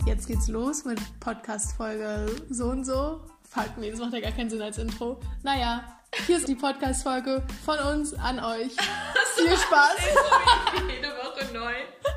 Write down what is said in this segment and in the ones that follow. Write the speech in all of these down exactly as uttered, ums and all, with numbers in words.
Jetzt geht's los mit Podcast-Folge so und so. Fuck, nee, das macht ja gar keinen Sinn als Intro. Naja, hier ist die Podcast-Folge von uns an euch. Viel Spaß. Jede Woche neu.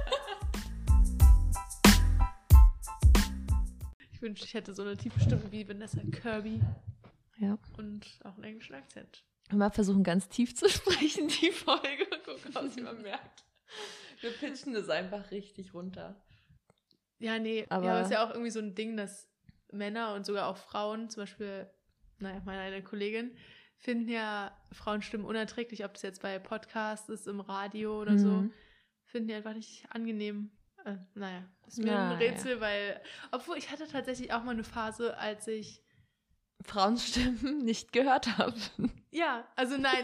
Ich wünschte, ich hätte so eine tiefe Stimme wie Vanessa Kirby. Ja. Und auch einen englischen Akzent. Mal versuchen, ganz tief zu sprechen, die Folge. Guck mal, wie man merkt. Wir pitchen das einfach richtig runter. Ja, nee, aber ja, ist ja auch irgendwie so ein Ding, dass Männer und sogar auch Frauen, zum Beispiel, naja, meine eine Kollegin, finden ja Frauenstimmen unerträglich, ob das jetzt bei Podcasts ist, im Radio oder mhm. so, finden die einfach nicht angenehm. Äh, naja, ist mir Na, ein Rätsel, ja. weil, obwohl ich hatte tatsächlich auch mal eine Phase, als ich Frauenstimmen nicht gehört habe. Ja, also nein.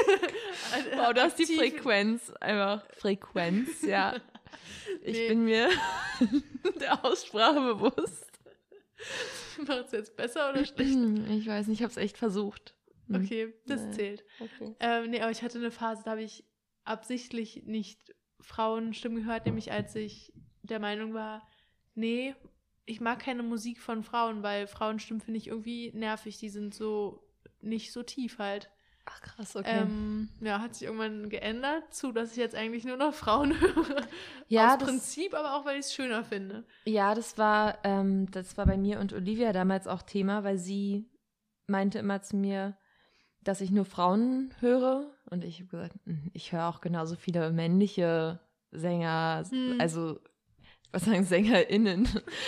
Wow, du hast die Frequenz, einfach Frequenz, ja. Ich nee. bin mir der Aussprache bewusst. Macht es jetzt besser oder schlechter? Ich weiß nicht, ich habe es echt versucht. Okay, das nee. zählt. Okay. Ähm, nee, aber ich hatte eine Phase, da habe ich absichtlich nicht Frauenstimmen gehört, nämlich als ich der Meinung war, nee, ich mag keine Musik von Frauen, weil Frauenstimmen finde ich irgendwie nervig, die sind so nicht so tief halt. Ach krass, okay. Ähm, ja, hat sich irgendwann geändert, zu, dass ich jetzt eigentlich nur noch Frauen höre. Ja, aus Prinzip, aber auch, weil ich es schöner finde. Ja, das war, ähm, das war bei mir und Olivia damals auch Thema, weil sie meinte immer zu mir, dass ich nur Frauen höre. Und ich habe gesagt, ich höre auch genauso viele männliche Sänger, hm. also was sagen SängerInnen.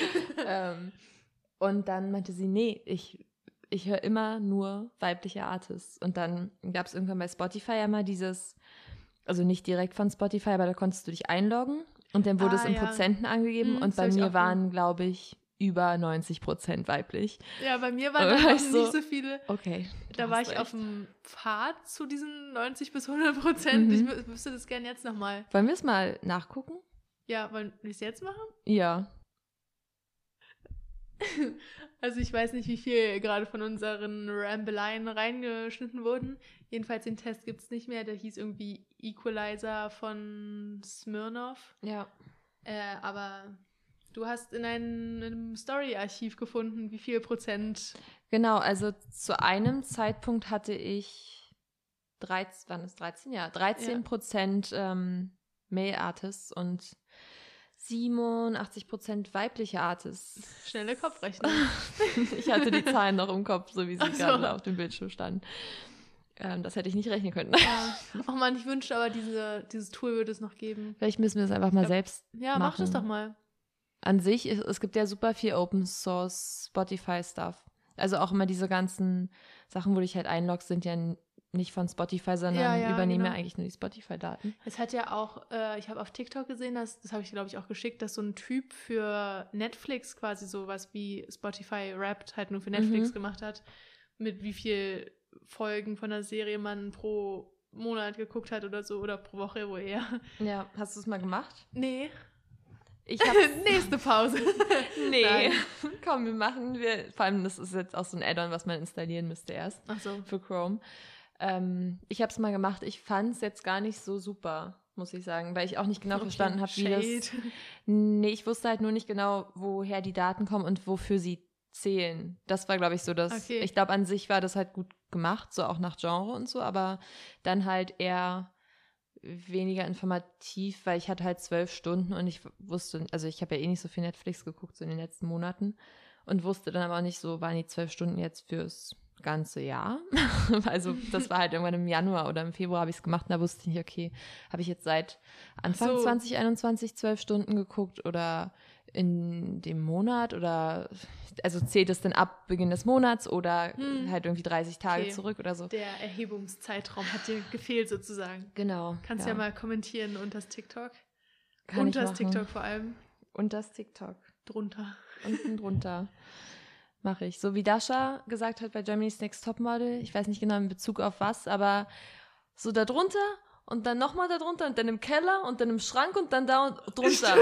ähm, und dann meinte sie, nee, ich ich höre immer nur weibliche Artists. Und dann gab es irgendwann bei Spotify ja mal dieses, also nicht direkt von Spotify, aber da konntest du dich einloggen und dann wurde ah, es in ja. Prozenten angegeben hm, und bei mir waren, glaube ich, über neunzig Prozent weiblich. Ja, bei mir waren dann auch nicht so, so viele. Okay. Da war ich recht. auf dem Pfad zu diesen neunzig bis hundert Prozent. Mhm. Ich wüsste das gerne jetzt nochmal. Wollen wir es mal nachgucken? Ja, wollen wir es jetzt machen? Ja. Also ich weiß nicht, wie viel gerade von unseren Rambeleien reingeschnitten wurden. Jedenfalls den Test gibt es nicht mehr. Der hieß irgendwie Equalizer von Smirnoff. Ja. Äh, aber du hast in einem, einem Story-Archiv gefunden, wie viel Prozent. Genau, also zu einem Zeitpunkt hatte ich dreizehn, wann ist dreizehn? Ja, dreizehn Prozent ja. ähm, Male Artists und siebenundachtzig Prozent weibliche Artists. Schnelle Kopfrechnung. Ich hatte die Zahlen noch im Kopf, so wie sie so. gerade auf dem Bildschirm standen. Ähm, das hätte ich nicht rechnen können. Ja. Oh Mann, ich wünschte aber, diese, dieses Tool würde es noch geben. Vielleicht müssen wir das einfach mal glaub, selbst ja, machen. Ja, mach das doch mal. An sich, es, es gibt ja super viel Open Source Spotify-Stuff. Also auch immer diese ganzen Sachen, wo du dich halt einloggst, sind ja nicht von Spotify, sondern ja, ja, übernehmen genau. ja eigentlich nur die Spotify-Daten. Es hat ja auch, äh, ich habe auf TikTok gesehen, dass, das habe ich glaube ich auch geschickt, dass so ein Typ für Netflix quasi sowas wie Spotify Wrapped halt nur für Netflix mhm. gemacht hat, mit wie viel Folgen von der Serie man pro Monat geguckt hat oder so, oder pro Woche, wo eher. Ja, hast du es mal gemacht? Nee. Ich hab's Nächste Pause. Nee. Nein. Komm, wir machen, wir, vor allem das ist jetzt auch so ein Add-on, was man installieren müsste erst. Ach so. Für Chrome. Ähm, ich habe es mal gemacht. Ich fand es jetzt gar nicht so super, muss ich sagen, weil ich auch nicht genau okay, verstanden habe, wie das. Nee, ich wusste halt nur nicht genau, woher die Daten kommen und wofür sie zählen. Das war, glaube ich, so das. Okay. Ich glaube, an sich war das halt gut gemacht, so auch nach Genre und so, aber dann halt eher weniger informativ, weil ich hatte halt zwölf Stunden und ich wusste, also ich habe ja eh nicht so viel Netflix geguckt so in den letzten Monaten und wusste dann aber auch nicht so, waren die zwölf Stunden jetzt fürs ganze Jahr. Also das war halt irgendwann im Januar oder im Februar habe ich es gemacht und da wusste ich nicht, okay, habe ich jetzt seit Anfang so. zwanzig einundzwanzig zwölf Stunden geguckt oder in dem Monat oder also zählt es denn ab Beginn des Monats oder hm. halt irgendwie dreißig Tage okay. zurück oder so. Der Erhebungszeitraum hat dir gefehlt sozusagen. Genau. Kannst ja, ja mal kommentieren unter das TikTok. Kann und das machen. TikTok vor allem. Und das TikTok. Drunter. Unten drunter. Mache ich. So wie Dasha gesagt hat bei Germany's Next Topmodel, ich weiß nicht genau in Bezug auf was, aber so da drunter und dann nochmal da drunter und dann im Keller und dann im Schrank und dann da und drunter.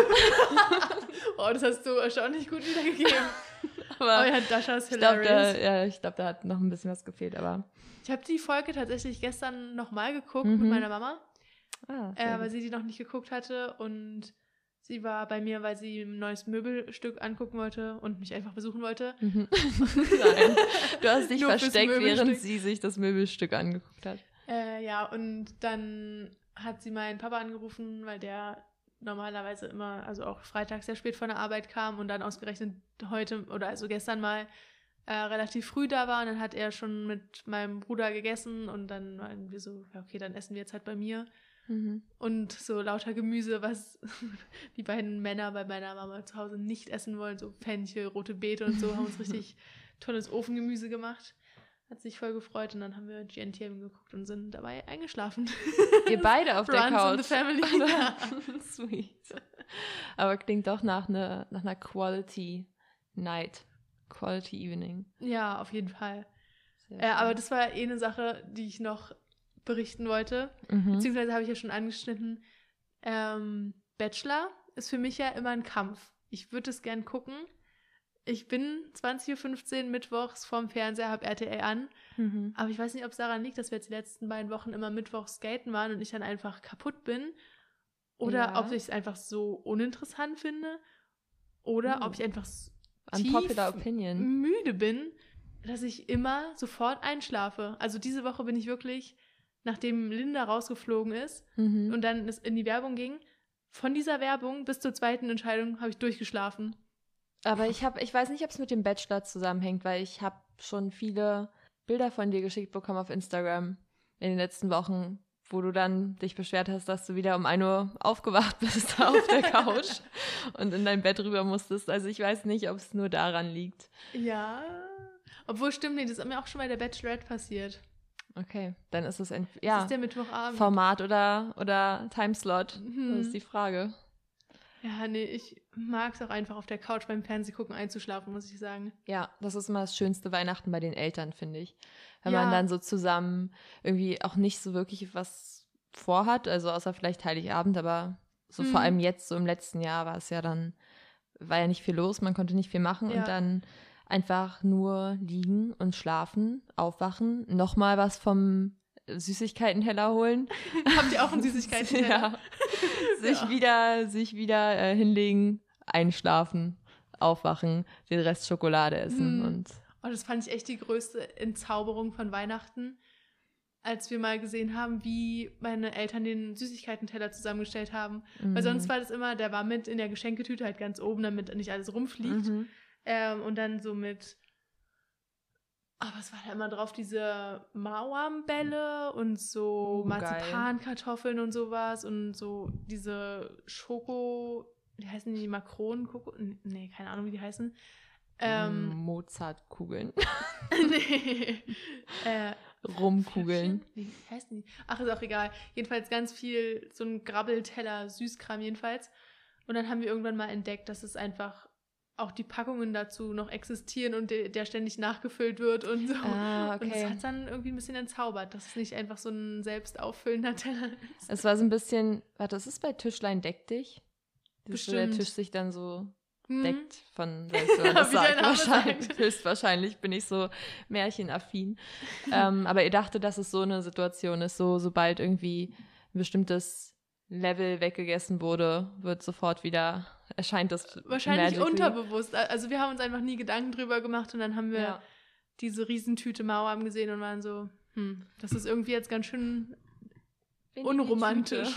Oh, das hast du erstaunlich gut wiedergegeben. Aber oh ja, Dasha ist ich glaube, da, hilarious. ja, ich glaube, da hat noch ein bisschen was gefehlt, aber ich habe die Folge tatsächlich gestern nochmal geguckt Mhm. mit meiner Mama, ah, äh, weil sie die noch nicht geguckt hatte und Sie war bei mir, weil sie ein neues Möbelstück angucken wollte und mich einfach besuchen wollte. Mhm. Nein, du hast dich versteckt, während sie sich das Möbelstück angeguckt hat. Äh, ja, und dann hat sie meinen Papa angerufen, weil der normalerweise immer, also auch freitags sehr spät von der Arbeit kam und dann ausgerechnet heute oder also gestern mal äh, relativ früh da war. Und dann hat er schon mit meinem Bruder gegessen und dann waren wir so, ja okay, dann essen wir jetzt halt bei mir. Mhm. Und so lauter Gemüse, was die beiden Männer bei meiner Mama zu Hause nicht essen wollen, so Fenchel, rote Beete und so, haben uns richtig tolles Ofengemüse gemacht. Hat sich voll gefreut und dann haben wir G N T M geguckt und sind dabei eingeschlafen. Ihr beide auf der Runs Couch. In the family. Ja. Sweet. Aber klingt doch nach einer nach einer Quality Night, Quality Evening. Ja, auf jeden Fall. Äh, aber das war eh eine Sache, die ich noch berichten wollte. Mhm. Beziehungsweise habe ich ja schon angeschnitten. Ähm, Bachelor ist für mich ja immer ein Kampf. Ich würde es gern gucken. Ich bin zwanzig Uhr fünfzehn mittwochs vorm Fernseher, habe R T L an. Mhm. Aber ich weiß nicht, ob es daran liegt, dass wir jetzt die letzten beiden Wochen immer mittwochs skaten waren und ich dann einfach kaputt bin. Oder ja. ob ich es einfach so uninteressant finde. Oder oh. ob ich einfach Unpopular Opinion. müde bin, dass ich immer sofort einschlafe. Also diese Woche bin ich wirklich, nachdem Linda rausgeflogen ist mhm. und dann in die Werbung ging, von dieser Werbung bis zur zweiten Entscheidung habe ich durchgeschlafen. Aber ich habe, ich weiß nicht, ob es mit dem Bachelor zusammenhängt, weil ich habe schon viele Bilder von dir geschickt bekommen auf Instagram in den letzten Wochen, wo du dann dich beschwert hast, dass du wieder um ein Uhr aufgewacht bist auf der Couch und in dein Bett rüber musstest. Also ich weiß nicht, ob es nur daran liegt. Ja, obwohl stimmt nicht, das ist mir auch schon bei der Bachelorette passiert. Okay, dann ist es ein ja, das ist der Mittwochabend. Format oder, oder Timeslot, mhm. das ist die Frage. Ja, nee, ich mag es auch einfach auf der Couch beim Fernsehgucken einzuschlafen, muss ich sagen. Ja, das ist immer das schönste Weihnachten bei den Eltern, finde ich. Wenn ja. man dann so zusammen irgendwie auch nicht so wirklich was vorhat, also außer vielleicht Heiligabend, aber so hm. vor allem jetzt, so im letzten Jahr war es ja dann, war ja nicht viel los, man konnte nicht viel machen ja. und dann einfach nur liegen und schlafen, aufwachen, nochmal was vom Süßigkeitenteller holen. Habt ihr auch einen Süßigkeitenteller? Ja. Sich ja. wieder, sich wieder äh, hinlegen, einschlafen, aufwachen, den Rest Schokolade essen. Hm. Und oh, das fand ich echt die größte Entzauberung von Weihnachten, als wir mal gesehen haben, wie meine Eltern den Süßigkeitenteller zusammengestellt haben. Mhm. Weil sonst war das immer, der war mit in der Geschenketüte halt ganz oben, damit nicht alles rumfliegt. Mhm. Ähm, und dann so mit aber es war da immer drauf, diese Mauernbälle und so uh, Marzipankartoffeln und sowas und so diese Schoko, wie heißen die, Makronen? Nee, keine Ahnung, wie die heißen. Ähm, Mozartkugeln. nee. äh, Rumkugeln. Wie heißen die? Ach, ist auch egal. Jedenfalls ganz viel, so ein Grabbelteller, Süßkram jedenfalls. Und dann haben wir irgendwann mal entdeckt, dass es einfach auch die Packungen dazu noch existieren und de- der ständig nachgefüllt wird und so. Ah, okay. Und das hat dann irgendwie ein bisschen entzaubert, dass es nicht einfach so ein selbst auffüllender Teller ist. Es war so ein bisschen, warte, das ist bei Tischlein deck dich? Bestimmt. Wo der Tisch sich dann so hm. deckt von selbst, wenn man das sagt. Wahrscheinlich, höchstwahrscheinlich bin ich so märchenaffin. ähm, aber ihr dachtet, dass es so eine Situation ist, so sobald irgendwie ein bestimmtes Level weggegessen wurde, wird sofort wieder, erscheint das wahrscheinlich magically. Unterbewusst. Also wir haben uns einfach nie Gedanken drüber gemacht und dann haben wir ja. diese Riesentüte Mauern gesehen und waren so, hm, das ist irgendwie jetzt ganz schön unromantisch.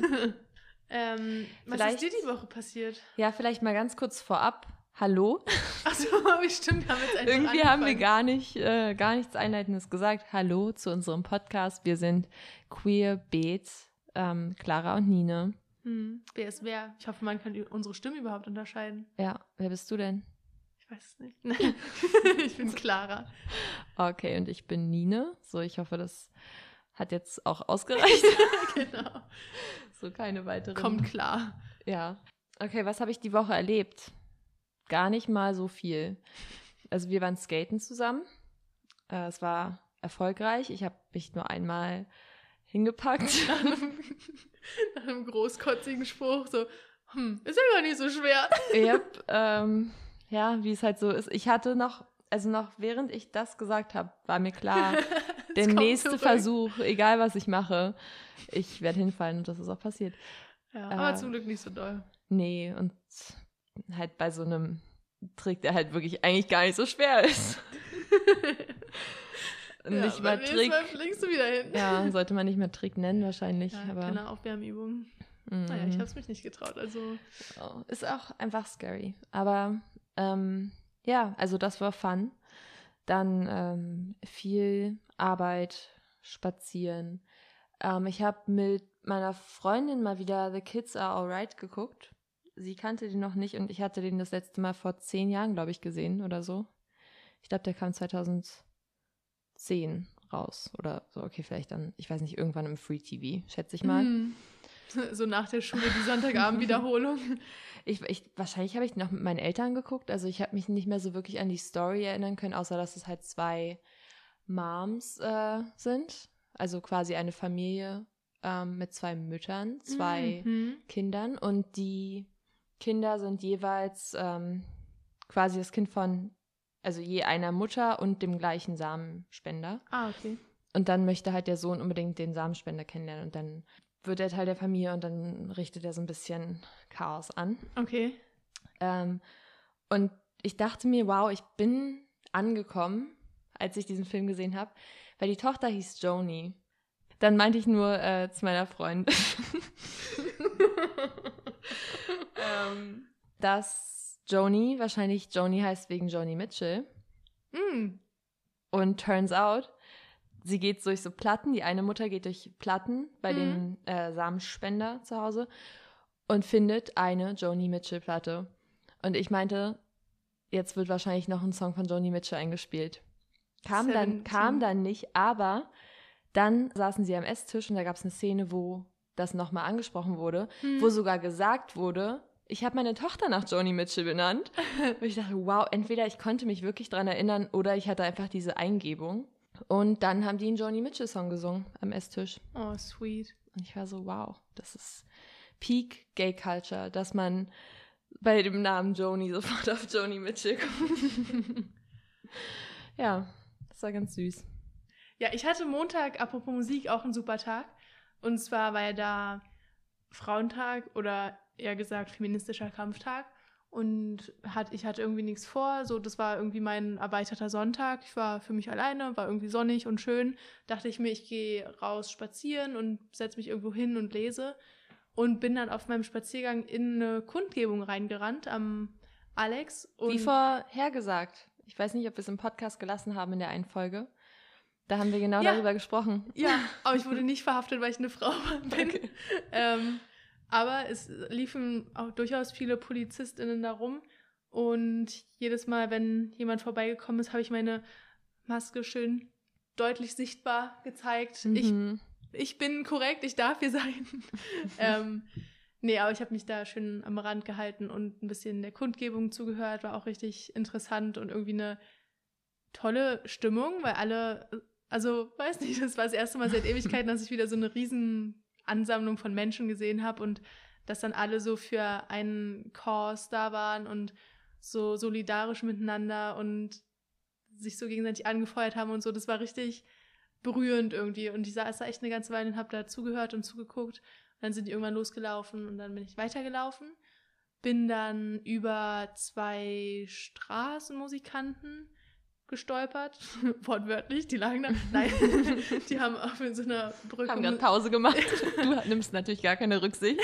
ähm, was ist dir die Woche passiert? Ja, vielleicht mal ganz kurz vorab. Hallo? Achso, stimmt, haben wir jetzt einfach Irgendwie angefangen. haben wir gar nicht, äh, gar nichts Einleitendes gesagt. Hallo zu unserem Podcast. Wir sind Queer Beats. Ähm, Clara und Nine. Hm, wer ist wer? Ich hoffe, man kann unsere Stimme überhaupt unterscheiden. Ja, wer bist du denn? Ich weiß es nicht. Ich bin Clara. Okay, und ich bin Nine. So, ich hoffe, das hat jetzt auch ausgereicht. Genau. So, keine weiteren. Kommt klar. Ja. Okay, was habe ich die Woche erlebt? Gar nicht mal so viel. Also wir waren skaten zusammen. Äh, es war erfolgreich. Ich habe mich nur einmal hingepackt. Nach einem, nach einem großkotzigen Spruch, so, hm, ist ja gar nicht so schwer. Yep, ähm, ja, wie es halt so ist. Ich hatte noch, also noch während ich das gesagt habe, war mir klar, der nächste zurück. Versuch, egal was ich mache, ich werde hinfallen und das ist auch passiert. Ja, aber äh, zum Glück nicht so doll. Nee, und halt bei so einem Trick, der halt wirklich eigentlich gar nicht so schwer ist. Nicht ja, mal Trick. Mal fliegst du wieder hin. Ja, sollte man nicht mehr Trick nennen wahrscheinlich. Ja, aber keine Aufwärmübung. Mm. Naja, ich habe es mich nicht getraut. Also oh, ist auch einfach scary. Aber ähm, ja, also das war fun. Dann ähm, viel Arbeit, Spazieren. Ähm, ich habe mit meiner Freundin mal wieder The Kids Are Alright geguckt. Sie kannte den noch nicht und ich hatte den das letzte Mal vor zehn Jahren, glaube ich, gesehen oder so. Ich glaube, der kam zweitausendzehn raus oder so. Okay, vielleicht dann, ich weiß nicht, irgendwann im Free-T V, schätze ich mal. Mm. So nach der Schule, die Sonntagabend-Wiederholung. ich, ich, wahrscheinlich habe ich den noch mit meinen Eltern geguckt. Also ich habe mich nicht mehr so wirklich an die Story erinnern können, außer dass es halt zwei Moms äh, sind. Also quasi eine Familie ähm, mit zwei Müttern, zwei mhm. Kindern. Und die Kinder sind jeweils ähm, quasi das Kind von, also je einer Mutter und dem gleichen Samenspender. Ah, okay. Und dann möchte halt der Sohn unbedingt den Samenspender kennenlernen und dann wird er Teil der Familie und dann richtet er so ein bisschen Chaos an. Okay. Ähm, und ich dachte mir, wow, ich bin angekommen, als ich diesen Film gesehen habe, weil die Tochter hieß Joni. Dann meinte ich nur äh, zu meiner Freundin, ähm, dass Joni wahrscheinlich Joni heißt wegen Joni Mitchell. Mm. Und turns out, sie geht durch so Platten, die eine Mutter geht durch Platten bei mhm. dem äh, Samenspender zu Hause und findet eine Joni Mitchell-Platte. Und ich meinte, jetzt wird wahrscheinlich noch ein Song von Joni Mitchell eingespielt. Kam dann, kam dann nicht, aber dann saßen sie am Esstisch und da gab es eine Szene, wo das nochmal angesprochen wurde, mhm. wo sogar gesagt wurde, ich habe meine Tochter nach Joni Mitchell benannt. Und ich dachte, wow, entweder ich konnte mich wirklich dran erinnern oder ich hatte einfach diese Eingebung. Und dann haben die einen Joni Mitchell-Song gesungen am Esstisch. Oh, sweet. Und ich war so, wow, das ist Peak Gay Culture, dass man bei dem Namen Joni sofort auf Joni Mitchell kommt. Ja, das war ganz süß. Ja, ich hatte Montag, apropos Musik, auch einen super Tag. Und zwar war ja da Frauentag oder eher gesagt feministischer Kampftag. Und hat, ich hatte irgendwie nichts vor. So, das war irgendwie mein erweiterter Sonntag. Ich war für mich alleine, war irgendwie sonnig und schön. Dachte ich mir, ich gehe raus spazieren und setze mich irgendwo hin und lese. Und bin dann auf meinem Spaziergang in eine Kundgebung reingerannt am Alex. Und wie vorhergesagt. Ich weiß nicht, ob wir es im Podcast gelassen haben in der einen Folge. Da haben wir genau ja. darüber gesprochen. Ja, aber ich wurde nicht verhaftet, weil ich eine Frau bin. Okay. Ähm, aber es liefen auch durchaus viele PolizistInnen da rum. Und jedes Mal, wenn jemand vorbeigekommen ist, habe ich meine Maske schön deutlich sichtbar gezeigt. Mhm. Ich, ich bin korrekt, ich darf hier sein. ähm, nee, aber ich habe mich da schön am Rand gehalten und ein bisschen der Kundgebung zugehört. War auch richtig interessant und irgendwie eine tolle Stimmung, weil alle, also weiß nicht, das war das erste Mal seit Ewigkeiten, dass ich wieder so eine riesen Ansammlung von Menschen gesehen habe und dass dann alle so für einen Cause da waren und so solidarisch miteinander und sich so gegenseitig angefeuert haben und so. Das war richtig berührend irgendwie. Und ich saß da echt eine ganze Weile und habe da zugehört und zugeguckt. Und dann sind die irgendwann losgelaufen und dann bin ich weitergelaufen. Bin dann über zwei Straßenmusikanten gestolpert, wortwörtlich, die lagen da. Nein, die haben auf so einer Brücke... Haben gerade Pause gemacht. Du nimmst natürlich gar keine Rücksicht.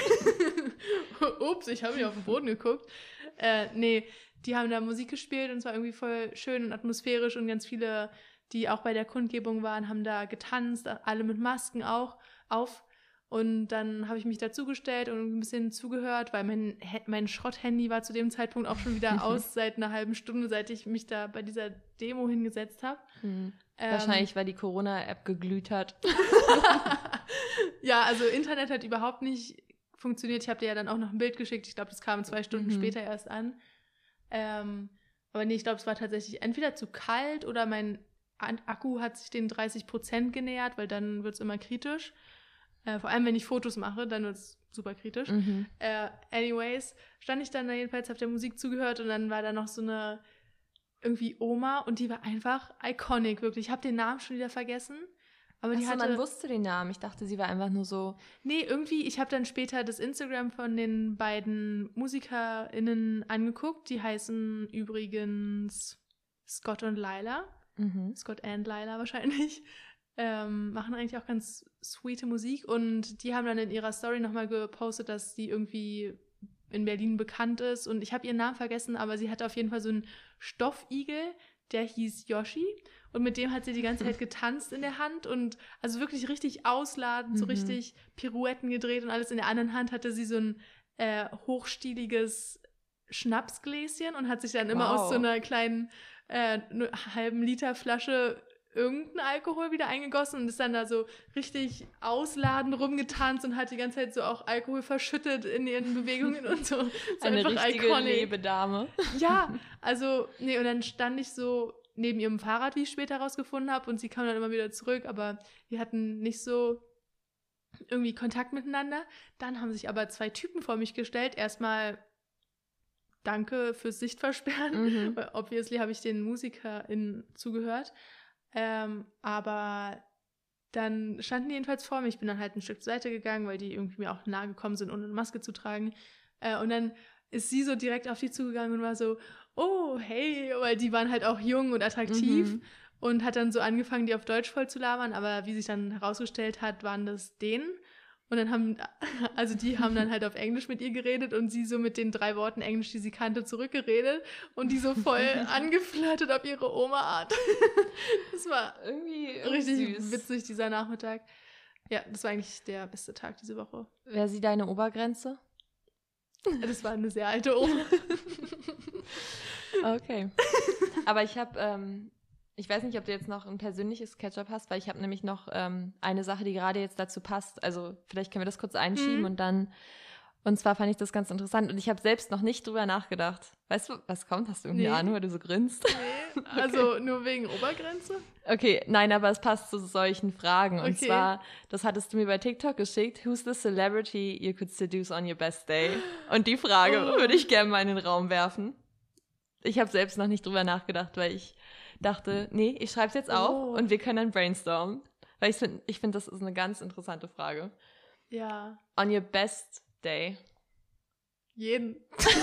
Ups, ich habe mich auf den Boden geguckt. Äh, nee, die haben da Musik gespielt und es war irgendwie voll schön und atmosphärisch und ganz viele, die auch bei der Kundgebung waren, haben da getanzt, alle mit Masken auch auf. Und dann habe ich mich dazugestellt und ein bisschen zugehört, weil mein, mein Schrotthandy war zu dem Zeitpunkt auch schon wieder aus seit einer halben Stunde, seit ich mich da bei dieser Demo hingesetzt habe. Hm. Ähm, Wahrscheinlich, weil die Corona-App geglüht hat. Ja, also Internet hat überhaupt nicht funktioniert. Ich habe dir ja dann auch noch ein Bild geschickt. Ich glaube, das kam zwei Stunden mhm. später erst an. Ähm, aber nee, ich glaube, es war tatsächlich entweder zu kalt oder mein Akku hat sich den dreißig Prozent genähert, weil dann wird es immer kritisch. Äh, vor allem, wenn ich Fotos mache, dann wird es super kritisch. Mhm. Äh, anyways, stand ich dann da jedenfalls, habe der Musik zugehört und dann war da noch so eine irgendwie Oma und die war einfach iconic, wirklich. Ich habe den Namen schon wieder vergessen, Aber die Achso, hatte, man wusste den Namen. Ich dachte, sie war einfach nur so... Nee, irgendwie, ich habe dann später das Instagram von den beiden MusikerInnen angeguckt. Die heißen übrigens Scott und Lila. Mhm. Scott and Lila wahrscheinlich. Ähm, machen eigentlich auch ganz sweete Musik. Und die haben dann in ihrer Story nochmal gepostet, dass die irgendwie in Berlin bekannt ist. Und ich habe ihren Namen vergessen, aber sie hatte auf jeden Fall so einen Stoffigel, der hieß Yoshi. Und mit dem hat sie die ganze Zeit getanzt in der Hand und also wirklich richtig ausladend, so Mhm. richtig Pirouetten gedreht und alles. In der anderen Hand hatte sie so ein äh, hochstieliges Schnapsgläschen und hat sich dann immer Wow. aus so einer kleinen äh, halben Liter Flasche irgendeinen Alkohol wieder eingegossen und ist dann da so richtig ausladend rumgetanzt und hat die ganze Zeit so auch Alkohol verschüttet in ihren Bewegungen und so. so Eine richtige iconic. Lebedame. Ja, also, nee, und dann stand ich so neben ihrem Fahrrad, wie ich später herausgefunden habe, und sie kam dann immer wieder zurück, aber wir hatten nicht so irgendwie Kontakt miteinander. Dann haben sich aber zwei Typen vor mich gestellt. Erstmal danke fürs Sichtversperren. Mhm. Weil obviously habe ich den MusikerInnen zugehört. Ähm, aber dann standen die jedenfalls vor mir. Ich bin dann halt ein Stück zur Seite gegangen, weil die irgendwie mir auch nahe gekommen sind, ohne eine Maske zu tragen. Äh, und dann ist sie so direkt auf die zugegangen und war so, oh, hey, weil die waren halt auch jung und attraktiv Mhm. und hat dann so angefangen, die auf Deutsch voll zu labern, aber wie sich dann herausgestellt hat, waren das Dänen. Und dann haben, also die haben dann halt auf Englisch mit ihr geredet und sie so mit den drei Worten Englisch, die sie kannte, zurückgeredet und die so voll angeflirtet auf ihre Oma-Art. Das war irgendwie, richtig süß. witzig, dieser Nachmittag. Ja, das war eigentlich der beste Tag diese Woche. Wäre sie deine Obergrenze? Das war eine sehr alte Oma. Okay. Aber ich habe, ähm, ich weiß nicht, ob du jetzt noch ein persönliches Catch-up hast, weil ich habe nämlich noch ähm, eine Sache, die gerade jetzt dazu passt. Also vielleicht können wir das kurz einschieben Mhm. und dann, und zwar fand ich das ganz interessant und ich habe selbst noch nicht drüber nachgedacht. Weißt du, was kommt? Hast du irgendwie Nee. eine Ahnung, weil du so grinst? Nee, also nur wegen Obergrenze? Okay, nein, aber es passt zu solchen Fragen. Und Okay. zwar, das hattest du mir bei TikTok geschickt. Who's the celebrity you could seduce on your best day? Und die Frage Oh. würde ich gerne mal in den Raum werfen. Ich habe selbst noch nicht drüber nachgedacht, weil ich dachte, nee, ich schreibe es jetzt auf Oh. und wir können dann brainstormen. Weil ich finde, ich find, das ist eine ganz interessante Frage. Ja, On your best day. jeden.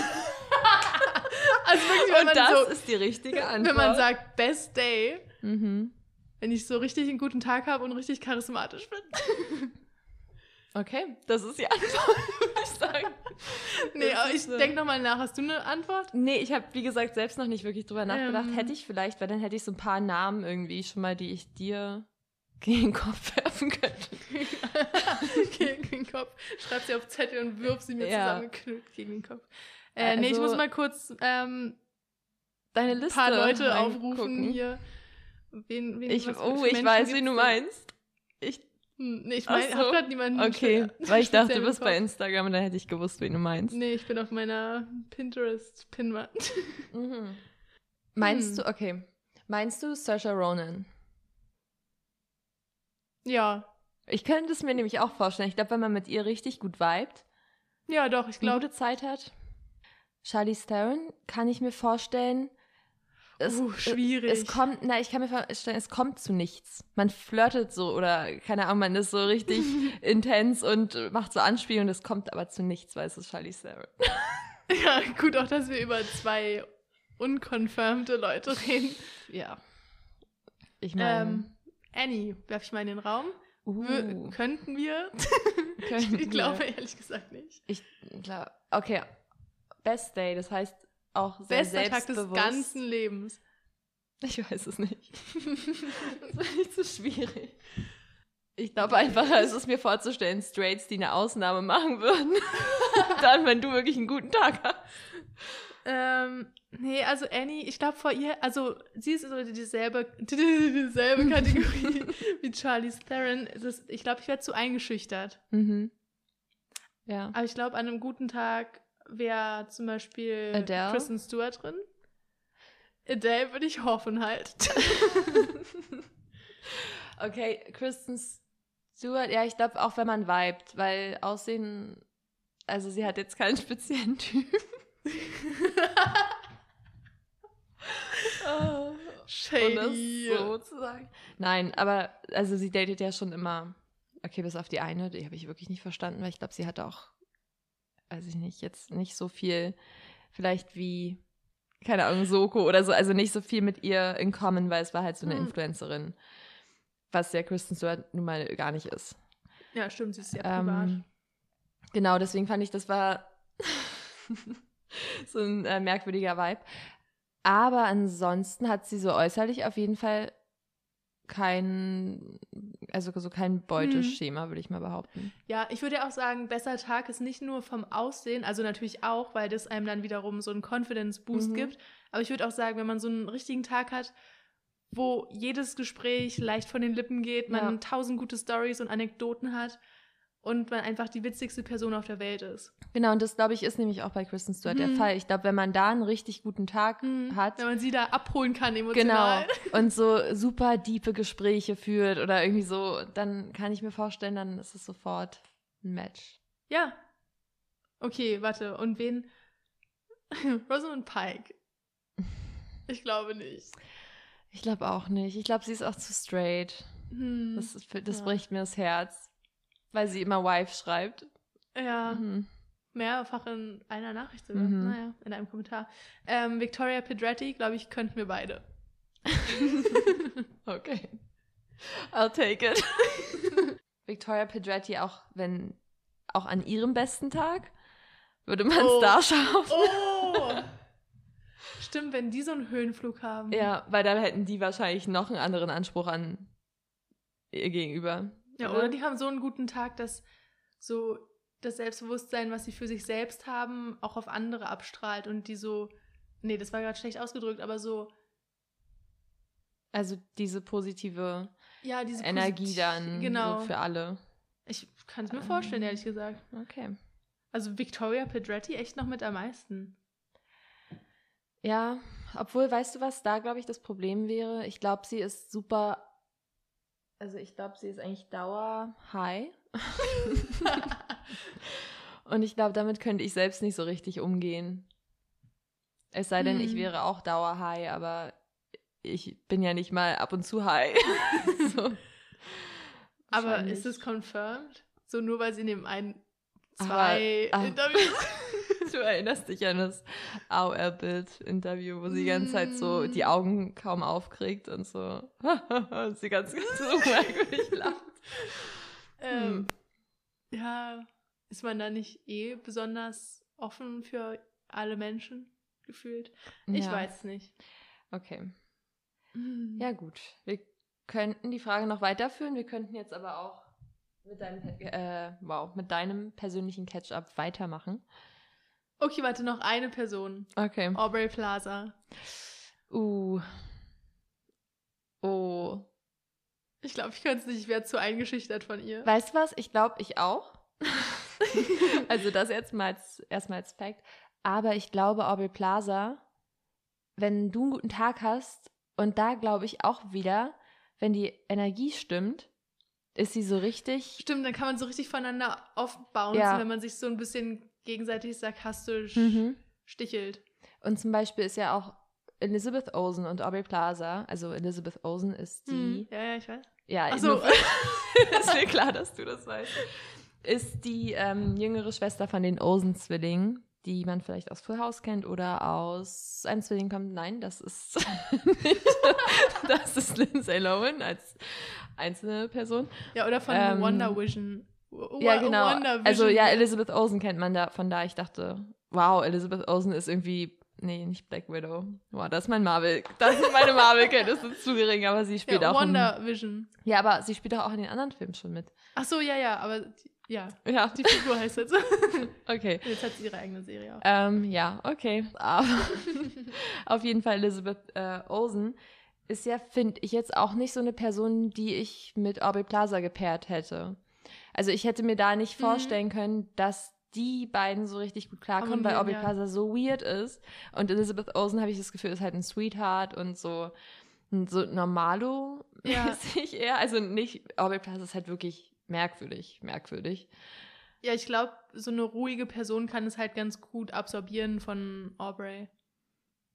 Also wirklich, wenn Und man das so, ist die richtige Antwort. wenn man sagt Best Day, Mhm. wenn ich so richtig einen guten Tag habe und richtig charismatisch bin. Okay, das ist die Antwort, würde ich sagen. Nee, Das aber ich ist, äh, denke nochmal nach. Hast du eine Antwort? Nee, ich habe, wie gesagt, selbst noch nicht wirklich drüber nachgedacht. Ähm. Hätte ich vielleicht, weil dann hätte ich so ein paar Namen irgendwie schon mal, die ich dir gegen den Kopf werfen könnte. Gegen den Kopf. Schreib sie auf Zettel und wirf sie mir Ja. zusammengeknüllt gegen den Kopf. Äh, nee, ich Also- muss mal kurz ähm, Deine ein Liste paar Leute reingucken. aufrufen hier. Wen, wen, Ich, was für oh, ich Menschen weiß, gibt's wen du denn? meinst. Ich, Hm, Nee, ich Ach mein, so. hab grad niemanden. okay, speziell- weil ich dachte, speziell du im bist bei Kopf. Instagram und dann hätte ich gewusst, wen du meinst. Nee, ich bin auf meiner Pinterest-Pinwand. Mhm. Meinst Hm. du, okay, meinst du Saoirse Ronan? Ja. Ich könnte es mir nämlich auch vorstellen. Ich glaube, wenn man mit ihr richtig gut vibet, Ja, doch, ich eine glaube. gute Zeit hat. Charlize Theron kann ich mir vorstellen. Es, Uh, schwierig. Es kommt, na, ich kann mir vorstellen, es kommt zu nichts. Man flirtet so oder, keine Ahnung, man ist so richtig intens und macht so Anspielungen, es kommt aber zu nichts, weil es ist Charlize Theron. Ja, gut, auch, dass wir über zwei unconfirmte Leute reden. Ja. Ich meine, Ähm, Annie, werf ich mal in den Raum. uh, Wir, könnten wir? könnten Ich glaube wir. ehrlich gesagt nicht. Ich glaube, okay, Best Day, das heißt auch sehr Bester Tag des selbstbewusst. ganzen Lebens. Ich weiß es nicht. Das ist nicht so schwierig. Ich glaube einfach, es ist mir vorzustellen, Straights, die eine Ausnahme machen würden. Dann, wenn du wirklich einen guten Tag hast. Ähm, nee, also Annie, ich glaube vor ihr, also sie ist so dieselbe, dieselbe Kategorie wie Charlize Theron. Es ist, ich glaube, ich werde zu eingeschüchtert. Mhm. Ja. Aber ich glaube, an einem guten Tag wäre zum Beispiel Adele? Kristen Stewart drin. Adele würde ich hoffen halt. Okay, Kristen Stewart, ja, ich glaube auch, wenn man vibet, weil Aussehen, also sie hat jetzt keinen speziellen Typ. Oh. Shady. Um das so zu sagen. Nein, aber also sie datet ja schon immer, okay, bis auf die eine, die habe ich wirklich nicht verstanden, weil ich glaube, sie hatte auch, weiß ich nicht, jetzt nicht so viel, vielleicht wie, keine Ahnung, Soko oder so, also nicht so viel mit ihr in common, weil es war halt so eine hm. Influencerin, was ja Kristen Stewart nun mal gar nicht ist. Ja, stimmt, sie ist sehr ähm, privat. Genau, deswegen fand ich, das war so ein äh, merkwürdiger Vibe. Aber ansonsten hat sie so äußerlich auf jeden Fall kein, also so kein Beuteschema, hm. würde ich mal behaupten. Ja, ich würde ja auch sagen, besser Tag ist nicht nur vom Aussehen, also natürlich auch, weil das einem dann wiederum so einen Confidence-Boost mhm. gibt. Aber ich würde auch sagen, wenn man so einen richtigen Tag hat, wo jedes Gespräch leicht von den Lippen geht, man ja. tausend gute Storys und Anekdoten hat und man einfach die witzigste Person auf der Welt ist. Genau, und das, glaube ich, ist nämlich auch bei Kristen Stewart mhm. der Fall. Ich glaube, wenn man da einen richtig guten Tag mhm. hat. Wenn man sie da abholen kann emotional. Genau, und so super diepe Gespräche führt oder irgendwie so, dann kann ich mir vorstellen, dann ist es sofort ein Match. Ja. Okay, warte, und wen? Rosamund Pike. Ich glaube nicht. Ich glaube auch nicht. Ich glaube, sie ist auch zu straight. Hm. Das, das ja. bricht mir das Herz. Weil sie immer Wife schreibt. Ja, mhm. mehrfach in einer Nachricht sogar. Mhm. Naja, in einem Kommentar. Ähm, Victoria Pedretti, glaube ich, könnten wir beide. Okay. I'll take it. Victoria Pedretti auch, wenn, auch an ihrem besten Tag, würde man es oh. da schaffen. Oh! Stimmt, wenn die so einen Höhenflug haben. Ja, weil dann hätten die wahrscheinlich noch einen anderen Anspruch an ihr gegenüber. Ja, oder? oder die haben so einen guten Tag, dass so das Selbstbewusstsein, was sie für sich selbst haben, auch auf andere abstrahlt und die so, nee, das war gerade schlecht ausgedrückt, aber so. Also diese positive ja, diese Energie posit- dann genau. so für alle. Ich kann es mir ähm, vorstellen, ehrlich gesagt. Okay. Also Victoria Pedretti echt noch mit am meisten. Ja, obwohl, weißt du, was da, glaube ich, das Problem wäre? Ich glaube, sie ist super, also ich glaube, sie ist eigentlich Dauer-High. Und ich glaube, damit könnte ich selbst nicht so richtig umgehen. Es sei denn, hm. ich wäre auch Dauer-High, aber ich bin ja nicht mal ab und zu high. so. Aber ist es confirmed? So nur, weil sie in dem einen, zwei aber, Interviews... Du erinnerst dich an das A O R-Bild-Interview, wo sie die ganze Zeit so die Augen kaum aufkriegt und so und sie ganz, ganz so merkwürdig lacht. Ähm, hm. Ja, ist man da nicht eh besonders offen für alle Menschen gefühlt? Ich ja. weiß es nicht. Okay. Hm. Ja gut, wir könnten die Frage noch weiterführen, wir könnten jetzt aber auch mit deinem, äh, wow, mit deinem persönlichen Catch-up weitermachen. Okay, warte, noch eine Person. Okay. Aubrey Plaza. Uh. Oh. Ich glaube, ich könnte es nicht, ich wäre zu eingeschüchtert von ihr. Weißt du was? Ich glaube, ich auch. Also das jetzt mal als, erstmal als Fact. Aber ich glaube, Aubrey Plaza, wenn du einen guten Tag hast und da glaube ich auch wieder, wenn die Energie stimmt, ist sie so richtig... Stimmt, dann kann man so richtig voneinander aufbauen, ja. wenn man sich so ein bisschen... gegenseitig sarkastisch mhm. stichelt. Und zum Beispiel ist ja auch Elizabeth Olsen und Aubrey Plaza, also Elizabeth Olsen ist die... Hm. Ja, ja, ich weiß. Ja, Ach so. Ist mir klar, dass du das weißt. Ist die ähm, jüngere Schwester von den Olsen-Zwillingen, die man vielleicht aus Full House kennt oder aus Ein Zwilling kommt... Nein, das ist nicht... Das ist Lindsay Lohan als einzelne Person. Ja, oder von ähm, Wonder Vision. Ja, genau. Also ja, Elizabeth Olsen kennt man da, von da ich dachte, wow, Elizabeth Olsen ist irgendwie, nee, nicht Black Widow. Wow, das ist mein Marvel, das sind meine Marvel-Kenntnisse zu gering, aber sie spielt ja, auch Wonder in, Vision. Ja, aber sie spielt auch in den anderen Filmen schon mit. Ach so, ja, ja, aber die, ja, ja, die Figur heißt jetzt so. Okay. Jetzt hat sie ihre eigene Serie auch. Ähm, ja, okay. Aber auf jeden Fall Elizabeth äh, Olsen ist ja, finde ich, jetzt auch nicht so eine Person, die ich mit Aubrey Plaza gepaart hätte. Also ich hätte mir da nicht vorstellen mhm. können, dass die beiden so richtig gut klarkommen, weil Aubrey ja. Plaza so weird ist. Und Elizabeth Olsen, habe ich das Gefühl, ist halt ein Sweetheart und so, so normalo-mäßig ja. eher. Also nicht, Aubrey Plaza ist halt wirklich merkwürdig, merkwürdig. Ja, ich glaube, so eine ruhige Person kann es halt ganz gut absorbieren von Aubrey.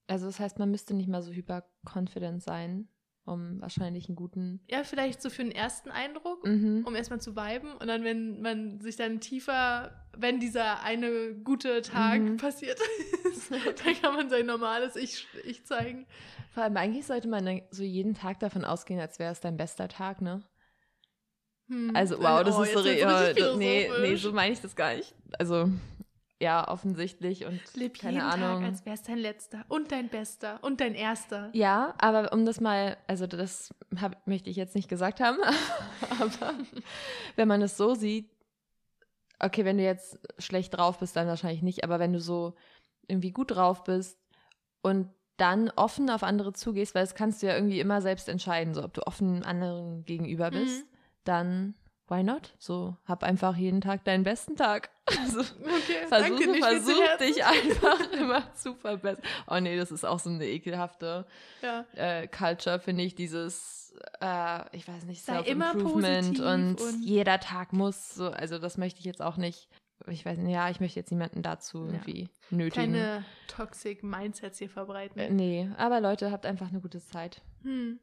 Also das heißt, man müsste nicht mal so hyperconfident sein, um wahrscheinlich einen guten... Ja, vielleicht so für einen ersten Eindruck, mhm. um erstmal zu viben. Und dann, wenn man sich dann tiefer, wenn dieser eine gute Tag mhm. passiert ist, dann kann man sein normales Ich, ich zeigen. Vor allem eigentlich sollte man so jeden Tag davon ausgehen, als wäre es dein bester Tag, ne? Hm. Also wow, das oh, ist so... Re- nee, nee, so meine ich das gar nicht. Also... Ja, offensichtlich und Leb keine jeden Ahnung. Tag, als wäre es dein letzter und dein bester und dein erster. Ja, aber um das mal, also das hab, möchte ich jetzt nicht gesagt haben, aber wenn man es so sieht, okay, wenn du jetzt schlecht drauf bist, dann wahrscheinlich nicht, aber wenn du so irgendwie gut drauf bist und dann offen auf andere zugehst, weil das kannst du ja irgendwie immer selbst entscheiden, so ob du offen anderen gegenüber bist, mhm. dann... Why not? So, hab einfach jeden Tag deinen besten Tag. Also, okay, versuch, danke, versuch dich einfach immer zu verbessern. Oh nee, das ist auch so eine ekelhafte ja. äh, Culture, finde ich, dieses, äh, ich weiß nicht, Self-Improvement und, und jeder Tag muss, so, also das möchte ich jetzt auch nicht, ich weiß nicht, ja, ich möchte jetzt niemanden dazu irgendwie ja. nötigen. Keine toxic Mindsets hier verbreiten. Äh, nee, aber Leute, habt einfach eine gute Zeit. Hm.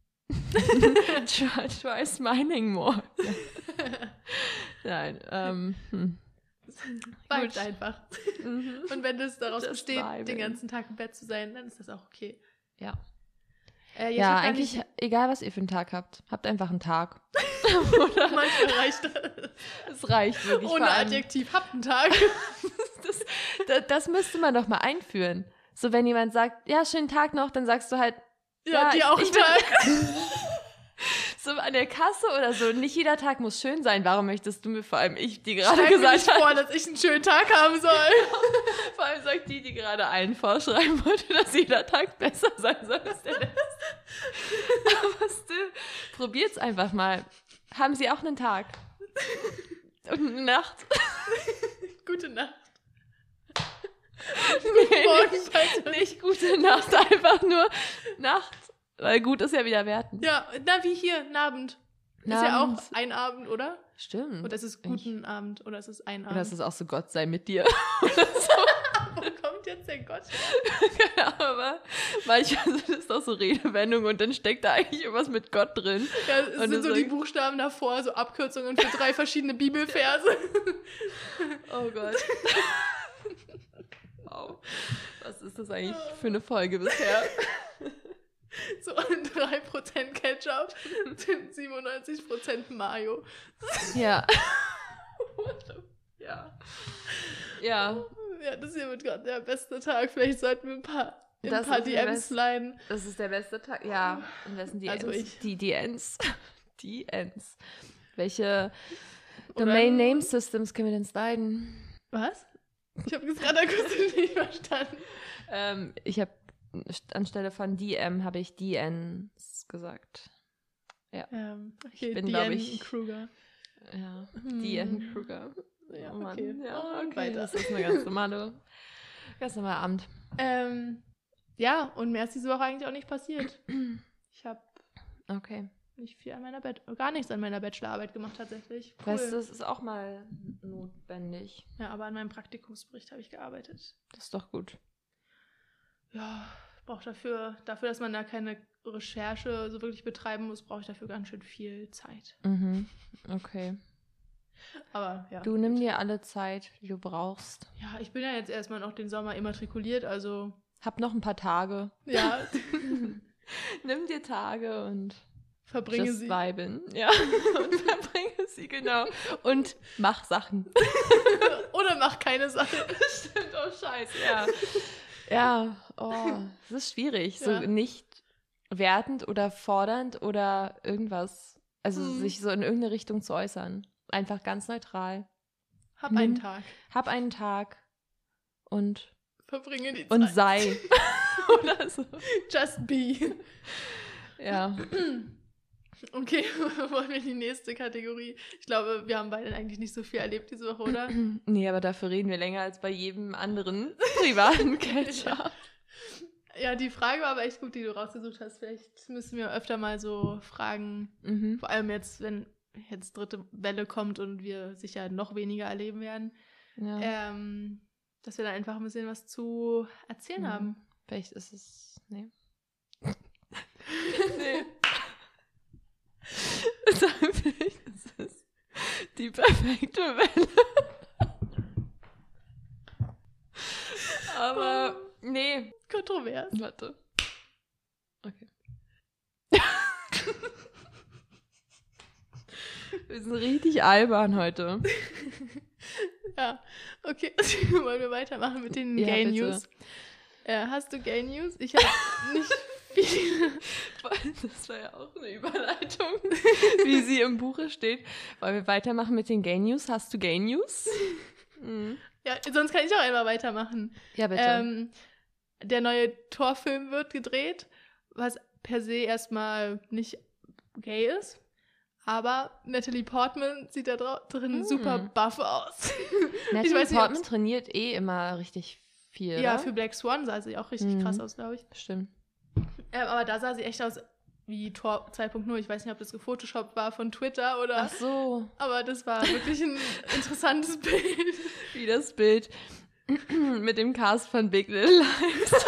try, try smiling more. Nein, ähm, hm. Vibe einfach. Mhm. Und wenn es daraus Just besteht, vibing. Den ganzen Tag im Bett zu sein, dann ist das auch okay. Ja. Äh, ja, eigentlich, nicht... egal was ihr für einen Tag habt, habt einfach einen Tag. Oder manchmal reicht das. Es reicht wirklich. Ohne Adjektiv, habt einen Tag. das, das, das müsste man doch mal einführen. So, wenn jemand sagt, ja, schönen Tag noch, dann sagst du halt, ja, ja die auch einen Tag. So an der Kasse oder so. Nicht jeder Tag muss schön sein. Warum möchtest du mir, vor allem ich, die gerade Schreib gesagt mir nicht vor, dass ich einen schönen Tag haben soll. Vor allem sagt die, die gerade allen vorschreiben wollte, dass jeder Tag besser sein soll als der letzte. Aber still, probiert's einfach mal. Haben Sie auch einen Tag? Und eine Nacht? Gute Nacht. Nee, Morgen, nicht, nicht gute Nacht, einfach nur Nacht. Weil gut ist ja wieder werten. Ja, na wie hier, ein Abend. Ist ja auch ein Abend, oder? Stimmt. Oder ist es guten ich. Abend oder ist es ein Abend? Oder ist es auch so Gott sei mit dir? Wo kommt jetzt der Gott her? Keine Ahnung, aber manchmal ist das doch so Redewendung und dann steckt da eigentlich irgendwas mit Gott drin. Ja, es und sind so die Buchstaben davor, so Abkürzungen für drei verschiedene Bibelverse. Oh Gott. Wow. Was ist das eigentlich für eine Folge bisher? So drei Prozent Ketchup, siebenundneunzig Prozent Mayo. Ja. Ja. Ja. Ja, das hier wird gerade der beste Tag. Vielleicht sollten wir ein paar, in ein paar D Ms sliden. Das ist der beste Tag. Ja. Und was sind die also Ns? Ich. Die D Ns. Die Ns. Welche Domain Name Systems können wir denn sliden? Was? Ich habe das gerade akustisch nicht verstanden. Ähm, ich habe anstelle von D M habe ich D Ns gesagt. Ja. Ähm, okay, ich bin, glaube ich, Kruger. Ja, hm. D N Kruger. Ja, oh Mann. Okay. Ja, okay. Weiter. Das ist eine ganz normale, ganz normale Abend. Ähm, ja, und mehr ist diese Woche eigentlich auch nicht passiert. Ich habe okay. nicht viel an meiner Bett, gar nichts an meiner Bachelorarbeit gemacht tatsächlich. Cool. Weißt du, das ist auch mal notwendig. Ja, aber an meinem Praktikumsbericht habe ich gearbeitet. Das ist doch gut. Ja, brauche dafür, dafür, dass man da keine Recherche so wirklich betreiben muss, brauche ich dafür ganz schön viel Zeit. Mhm. Okay. Aber ja. Du nimm dir alle Zeit, die du brauchst. Ja, ich bin ja jetzt erstmal noch den Sommer immatrikuliert, also. Hab noch ein paar Tage. Ja. Nimm dir Tage und verbringe just sie. Viben. Ja. Und verbringe sie, genau. Und mach Sachen. Oder mach keine Sachen. Stimmt, oh scheiße, ja. Ja, oh, das ist schwierig. Ja. So nicht wertend oder fordernd oder irgendwas. Also hm. sich so in irgendeine Richtung zu äußern. Einfach ganz neutral. Hab Nimm, einen Tag. Hab einen Tag und verbringe die Zeit. Und sei. Oder so. Just be. Ja. Okay, wollen wir in die nächste Kategorie? Ich glaube, wir haben beide eigentlich nicht so viel erlebt diese Woche, oder? Nee, aber dafür reden wir länger als bei jedem anderen privaten Catcher. Ja, die Frage war aber echt gut, die du rausgesucht hast. Vielleicht müssen wir öfter mal so fragen, mhm. vor allem jetzt, wenn jetzt dritte Welle kommt und wir sicher noch weniger erleben werden, ja. ähm, dass wir da einfach ein bisschen was zu erzählen mhm. haben. Vielleicht ist es, nee. nee. Vielleicht ist es die perfekte Welle. Aber, nee. Kontrovers. Warte. Okay. Wir sind richtig albern heute. Ja, okay. Wollen wir weitermachen mit den Ja, Gay bitte. News? Äh, hast du Gay News? Ich habe nicht viele. Das war ja auch eine Überleitung, wie sie im Buche steht. Wollen wir weitermachen mit den Gay News? Hast du Gay News? Mhm. Ja, sonst kann ich auch einmal weitermachen. Ja, bitte. Ähm, der neue Thor-Film wird gedreht, was per se erstmal nicht gay ist. Aber Natalie Portman sieht da dra- drin Hm. super buff aus. Natalie ich weiß nicht, Portman ob's- trainiert eh immer richtig viel, Ja, oder? für Black Swan sah sie auch richtig Mhm. krass aus, glaube ich. Stimmt. Ähm, aber da sah sie echt aus wie Thor zwei Punkt null. Ich weiß nicht, ob das gefotoshoppt war von Twitter oder... Ach so, Aber das war wirklich ein interessantes Bild. wie das Bild mit dem Cast von Big Little Lies.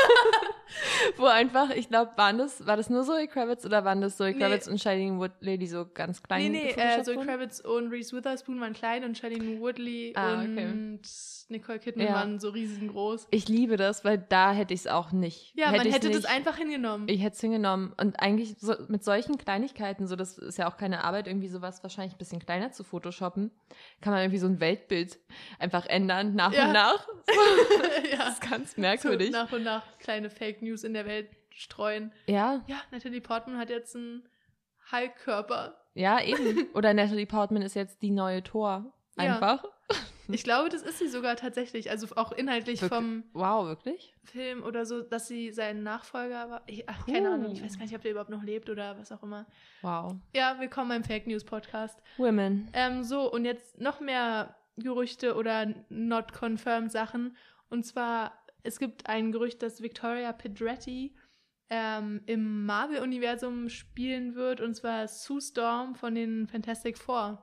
Wo einfach, ich glaube, waren das, war das nur Zoe Kravitz oder waren das Zoe Nee. Kravitz und Shailene Woodley, die so ganz klein Nee, nee, äh, gefotoshoppt Zoe wurden? Kravitz und Reese Witherspoon waren klein und Shailene Woodley Ah, und okay. Nicole Kidman Ja. waren so riesengroß. Ich liebe das, weil da hätte ich es auch nicht. Ja, hätte man ich's hätte das nicht, einfach hingenommen. Ich hätte es hingenommen. Und eigentlich so, mit solchen Kleinigkeiten, so das ist ja auch keine Arbeit, irgendwie sowas wahrscheinlich ein bisschen kleiner zu photoshoppen, kann man irgendwie so ein Weltbild einfach ändern, nach Ja. und nach. ja. Das ist ganz So merkwürdig. nach und nach kleine Fake News in der Welt streuen. Ja, Ja, Natalie Portman hat jetzt einen Hulk-Körper. ja, eben. Oder Natalie Portman ist jetzt die neue Thor. Ja. Einfach. Ich glaube, das ist sie sogar tatsächlich. Also auch inhaltlich Wirklich? vom Wow, wirklich? Film oder so, dass sie sein Nachfolger war. Ich, ach, keine Puh. Ahnung, ich weiß gar nicht, ob der überhaupt noch lebt oder was auch immer. Wow. Ja, willkommen beim Fake News Podcast. Women. Ähm, so, und jetzt noch mehr Gerüchte oder not confirmed Sachen. Und zwar, es gibt ein Gerücht, dass Victoria Pedretti ähm, im Marvel-Universum spielen wird, und zwar Sue Storm von den Fantastic Four.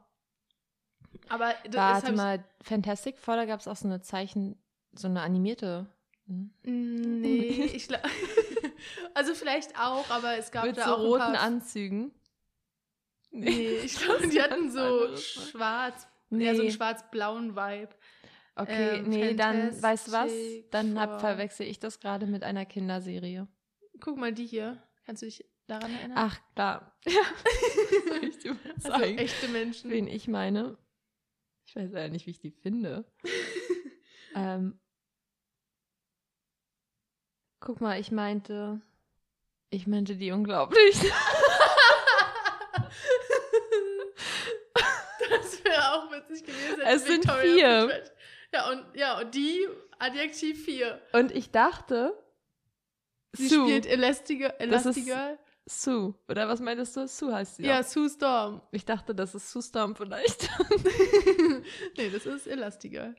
Aber das Warte ist mal, Fantastic Four, da gab es auch so eine Zeichen, so eine animierte. Hm? Nee, ich glaube. Also vielleicht auch, aber es gab Mit da so auch roten ein paar. Anzügen. Nee, ich glaube, die hatten so anderes, ne? schwarz, Nee. ja, so einen schwarz-blauen Vibe. Okay, Ähm, nee, dann, weißt du was? Fantastic Dann hab, Four. verwechsel ich das gerade mit einer Kinderserie. Guck mal, die hier. Kannst du dich daran erinnern? Ach, klar. Ja. Soll ich dir mal also zeigen, echte Menschen. wen ich meine? Ich weiß ja nicht, wie ich die finde. ähm, guck mal, ich meinte, ich meinte die unglaublich. Das wäre auch witzig gewesen. Es sind Victoria vier. Pedretti. Ja, und, ja, und die, Adjektiv vier. Und ich dachte, Sie Sue. spielt Elastigirl. Das ist- Elastigirl. Sue. Oder was meintest du? Sue heißt sie. Ja, auch. Sue Storm. Ich dachte, das ist Sue Storm vielleicht. Nee, das ist Elastigirl.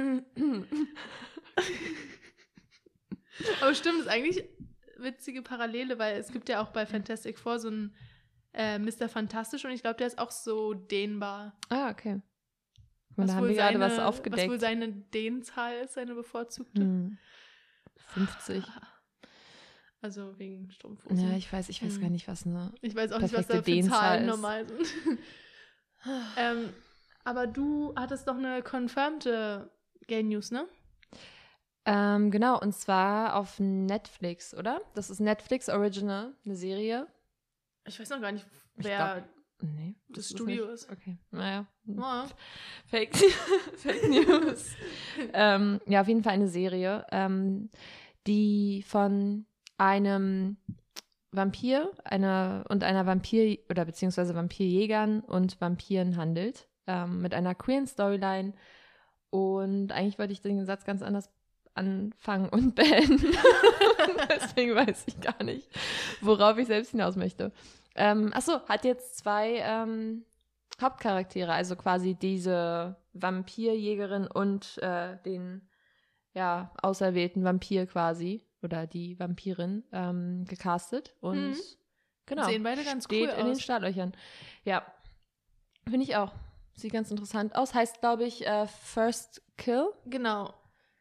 Aber stimmt, ist eigentlich witzige Parallele, weil es gibt ja auch bei Fantastic Four so einen äh, Mister Fantastisch, und ich glaube, der ist auch so dehnbar. Ah, okay. Und da haben wohl wir gerade was seine- aufgedeckt. Was wohl seine Dehnzahl ist, seine bevorzugte. Hm. fünfzig. Also wegen Strumpfhosen. Ja, ich weiß, ich weiß Hm. gar nicht, was eine. Ich weiß auch nicht, was perfekte da für Dehnzahl Zahlen ist. normal sind. ähm, aber du hattest doch eine confirmte Gay News, ne? Ähm, genau, und zwar auf Netflix, oder? Das ist Netflix Original, eine Serie. Ich weiß noch gar nicht, Ich wer Nee. das ist Studio nicht. ist. Okay, naja. Ja. Fake, Fake News. ähm, ja, auf jeden Fall eine Serie, ähm, die von einem Vampir einer und einer Vampir- oder beziehungsweise Vampirjägern und Vampiren handelt, ähm, mit einer queeren Storyline. Und eigentlich wollte ich den Satz ganz anders anfangen und beenden. Deswegen weiß ich gar nicht, worauf ich selbst hinaus möchte. Ähm, achso, hat jetzt zwei ähm, Hauptcharaktere, also quasi diese Vampirjägerin und äh, den ja, auserwählten Vampir quasi, oder die Vampirin, ähm, gecastet. Und Mhm. genau, Sehen beide ganz steht cool in den aus. Startlöchern. Ja, finde ich auch. Sieht ganz interessant aus. Heißt, glaube ich, äh, First Kill. Genau.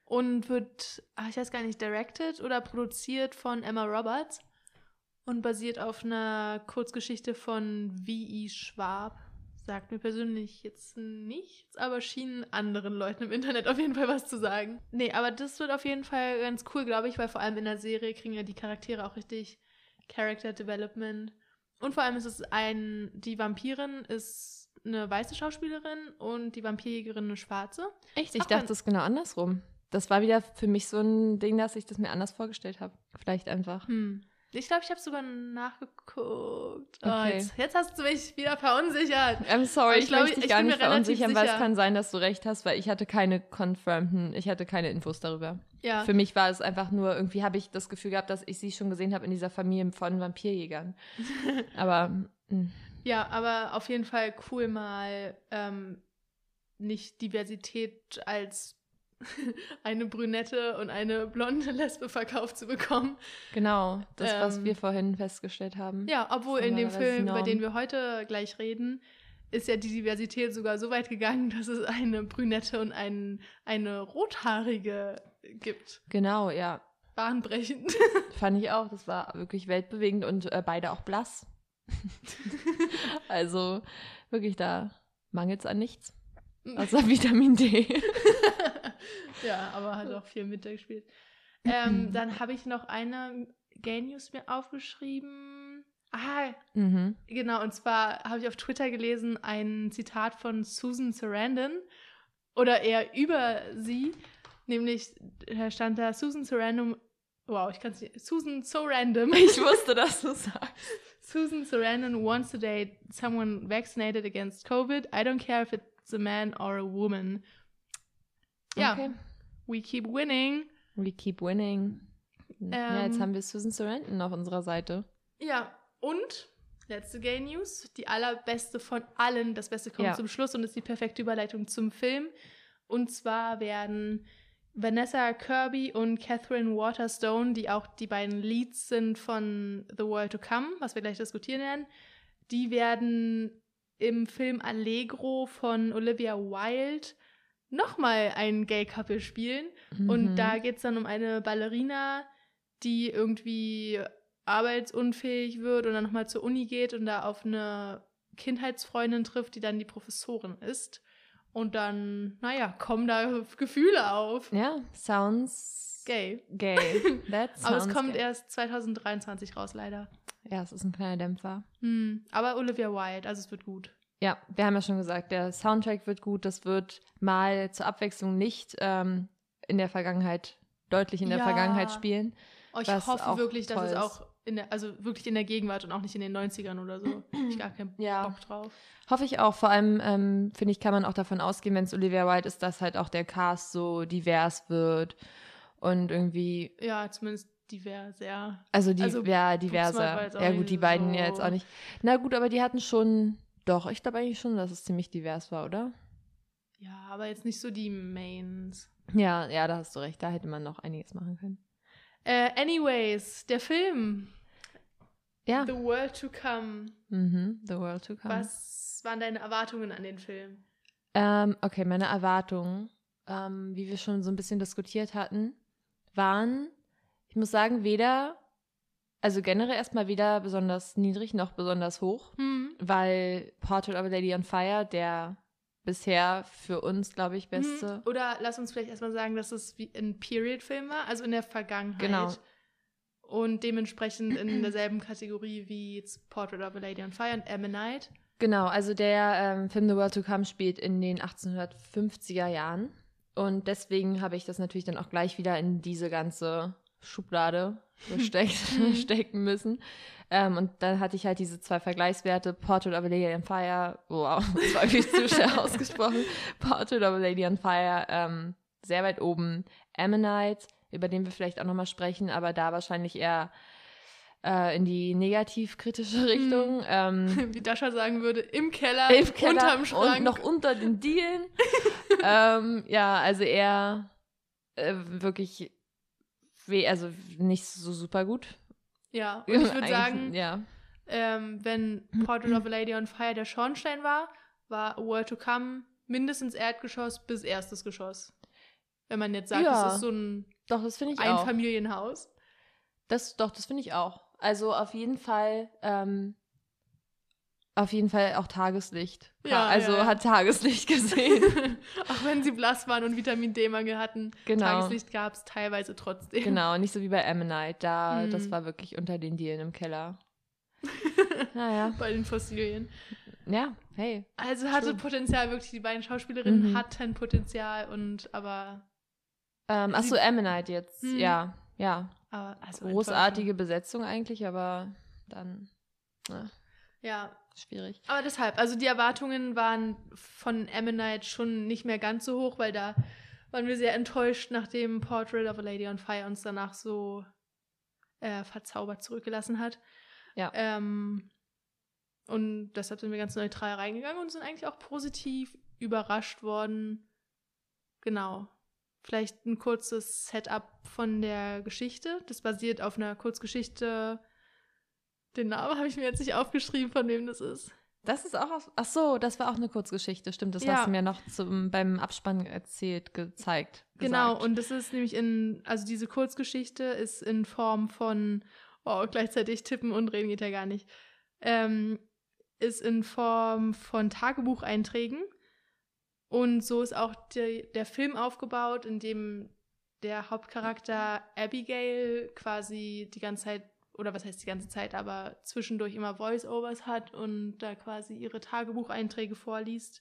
und wird, ach, ich weiß gar nicht, directed oder produziert von Emma Roberts und basiert auf einer Kurzgeschichte von V E Schwab. Sagt mir persönlich jetzt nichts, aber schienen anderen Leuten im Internet auf jeden Fall was zu sagen. Nee, aber das wird auf jeden Fall ganz cool, glaube ich, weil vor allem in der Serie kriegen ja die Charaktere auch richtig Character Development. Und vor allem ist es ein, die Vampirin ist eine weiße Schauspielerin und die Vampirjägerin eine schwarze. Echt? Ich dachte, das ist genau andersrum. Das war wieder für mich so ein Ding, dass ich das mir anders vorgestellt habe. Vielleicht einfach. Hm. Ich glaube, ich habe sogar nachgeguckt. Oh, Okay. jetzt, jetzt hast du mich wieder verunsichert. I'm sorry, ich, ich glaub, möchte dich ich gar bin nicht mir relativ verunsichern, weil es sicher. kann sein, dass du recht hast, weil ich hatte keine confirmeden, ich hatte keine Infos darüber. Ja. Für mich war es einfach nur, irgendwie habe ich das Gefühl gehabt, dass ich sie schon gesehen habe in dieser Familie von Vampirjägern. Aber mh. Ja, aber auf jeden Fall cool mal ähm, nicht Diversität als eine Brünette und eine blonde Lesbe verkauft zu bekommen. Genau, das, Ähm, was wir vorhin festgestellt haben. Ja, obwohl in dem Normalerweise Film, über Norm. den wir heute gleich reden, ist ja die Diversität sogar so weit gegangen, dass es eine Brünette und ein, eine Rothaarige gibt. Genau, ja. Bahnbrechend. Fand ich auch. Das war wirklich weltbewegend und äh, beide auch blass. Also wirklich, da mangelt es an nichts. Außer Vitamin D. Ja, aber hat auch viel mitgespielt. Ähm, dann habe ich noch eine Gay News mir aufgeschrieben. Ah, Mhm. genau, und zwar habe ich auf Twitter gelesen ein Zitat von Susan Sarandon oder eher über sie, nämlich da stand da Susan Sarandon, wow, ich kann es nicht, Susan so random. Ich wusste, dass du sagst. Susan Sarandon wants to date someone vaccinated against COVID. I don't care if it's a man or a woman. Ja, Okay. we keep winning. We keep winning. ja, jetzt Ähm, haben wir Susan Sarandon auf unserer Seite. Ja, und letzte Gay News, die allerbeste von allen, das Beste kommt Ja. zum Schluss und ist die perfekte Überleitung zum Film. Und zwar werden Vanessa Kirby und Catherine Waterstone, die auch die beiden Leads sind von The World to Come, was wir gleich diskutieren werden, die werden im Film Allegro von Olivia Wilde nochmal ein Gay-Couple spielen. Mhm. Und da geht es dann um eine Ballerina, die irgendwie arbeitsunfähig wird und dann nochmal zur Uni geht und da auf eine Kindheitsfreundin trifft, die dann die Professorin ist. Und dann, naja, kommen da Gefühle auf. Ja, sounds Gay. gay. That sounds Aber es kommt gay. erst zwanzig dreiundzwanzig raus, leider. Ja, es ist ein kleiner Dämpfer. Hm. Aber Olivia Wilde, also es wird gut. Ja, wir haben ja schon gesagt, der Soundtrack wird gut. Das wird mal zur Abwechslung nicht ähm, in der Vergangenheit, deutlich in der Ja. Vergangenheit spielen. Oh, ich Was hoffe auch wirklich, dass toll es ist. auch in der, also wirklich in der Gegenwart und auch nicht in den neunzigern oder so. Hab ich gar keinen Ja. Bock drauf. Hoffe ich auch. Vor allem, ähm, finde ich, kann man auch davon ausgehen, wenn es Olivia Wilde ist, dass halt auch der Cast so divers wird und irgendwie, Ja, zumindest divers, ja. also, die, Also, ja, Booksmart war diverser. jetzt auch Ja nicht gut, die beiden so- ja jetzt auch nicht. Na gut, aber die hatten schon, doch, ich glaube eigentlich schon, dass es ziemlich divers war, oder? Ja, aber jetzt nicht so die Mains. Ja, ja, da hast du recht. Da hätte man noch einiges machen können. Äh, anyways, der Film. Ja. The World to Come. Mhm. The World to Come. Was waren deine Erwartungen an den Film? Ähm, okay, meine Erwartungen, ähm, wie wir schon so ein bisschen diskutiert hatten, waren, ich muss sagen, weder, also generell erstmal weder besonders niedrig noch besonders hoch, Hm. weil Portrait of a Lady on Fire, der bisher für uns, glaube ich, beste. Hm. Oder lass uns vielleicht erstmal sagen, dass es wie ein Period-Film war, also in der Vergangenheit. Genau. Und dementsprechend in derselben Kategorie wie jetzt Portrait of a Lady on Fire und Ammonite. Genau, also der ähm, Film The World to Come spielt in den achtzehnhundertfünfziger Jahren und deswegen habe ich das natürlich dann auch gleich wieder in diese ganze Schublade gesteckt, stecken müssen. Ähm, und dann hatte ich halt diese zwei Vergleichswerte, Portrait of a Lady on Fire, wow, das war wirklich zu schnell ausgesprochen, Portrait of a Lady on Fire, ähm, sehr weit oben, Ammonite, über den wir vielleicht auch nochmal sprechen, aber da wahrscheinlich eher äh, in die negativ-kritische Richtung. Mhm. Ähm, Wie Dasha sagen würde, im Keller, Im Keller unterm Schrank. und noch unter den Dielen. ähm, ja, also eher äh, wirklich, we- also nicht so super gut. Ja, und ich würde Eigentlich, sagen, ja. ähm, wenn Portrait of a Lady on Fire der Schornstein war, war A World to Come mindestens Erdgeschoss bis erstes Geschoss. Wenn man jetzt sagt, ja, das ist so ein doch, das finde ich ein auch. Familienhaus. Das, doch, das finde ich auch. Also auf jeden Fall, ähm, auf jeden Fall auch Tageslicht. Ja, also ja, ja. hat Tageslicht gesehen. Auch wenn sie blass waren und Vitamin D-Mangel hatten, genau. Tageslicht gab es teilweise trotzdem. Genau, nicht so wie bei Ammonite. Da, hm. das war wirklich unter den Dielen im Keller. Naja. Bei den Fossilien. Ja, hey. Also hatte true. Potenzial, wirklich, die beiden Schauspielerinnen mhm. hatten Potenzial und aber. Ähm, Achso, Ammonite jetzt. Hm. Ja, ja. Aber, also großartige Besetzung eigentlich, aber dann. Na, ja. Schwierig. Aber deshalb, also die Erwartungen waren von Ammonite schon nicht mehr ganz so hoch, weil da waren wir sehr enttäuscht, nachdem Portrait of a Lady on Fire uns danach so äh, verzaubert zurückgelassen hat. Ja. Ähm, und deshalb sind wir ganz neutral reingegangen und sind eigentlich auch positiv überrascht worden. Genau. Vielleicht ein kurzes Setup von der Geschichte. Das basiert auf einer Kurzgeschichte. Den Namen habe ich mir jetzt nicht aufgeschrieben, von wem das ist. Das ist auch aus, ach so, das war auch eine Kurzgeschichte, stimmt. Das ja. hast du mir noch zum, beim Abspann erzählt, gezeigt. Gesagt. Genau, und das ist nämlich in, also diese Kurzgeschichte ist in Form von, oh, gleichzeitig tippen und reden geht ja gar nicht, ähm, ist in Form von Tagebucheinträgen. Und so ist auch die, der Film aufgebaut, in dem der Hauptcharakter Abigail quasi die ganze Zeit, oder was heißt die ganze Zeit, aber zwischendurch immer Voice-Overs hat und da quasi ihre Tagebucheinträge vorliest.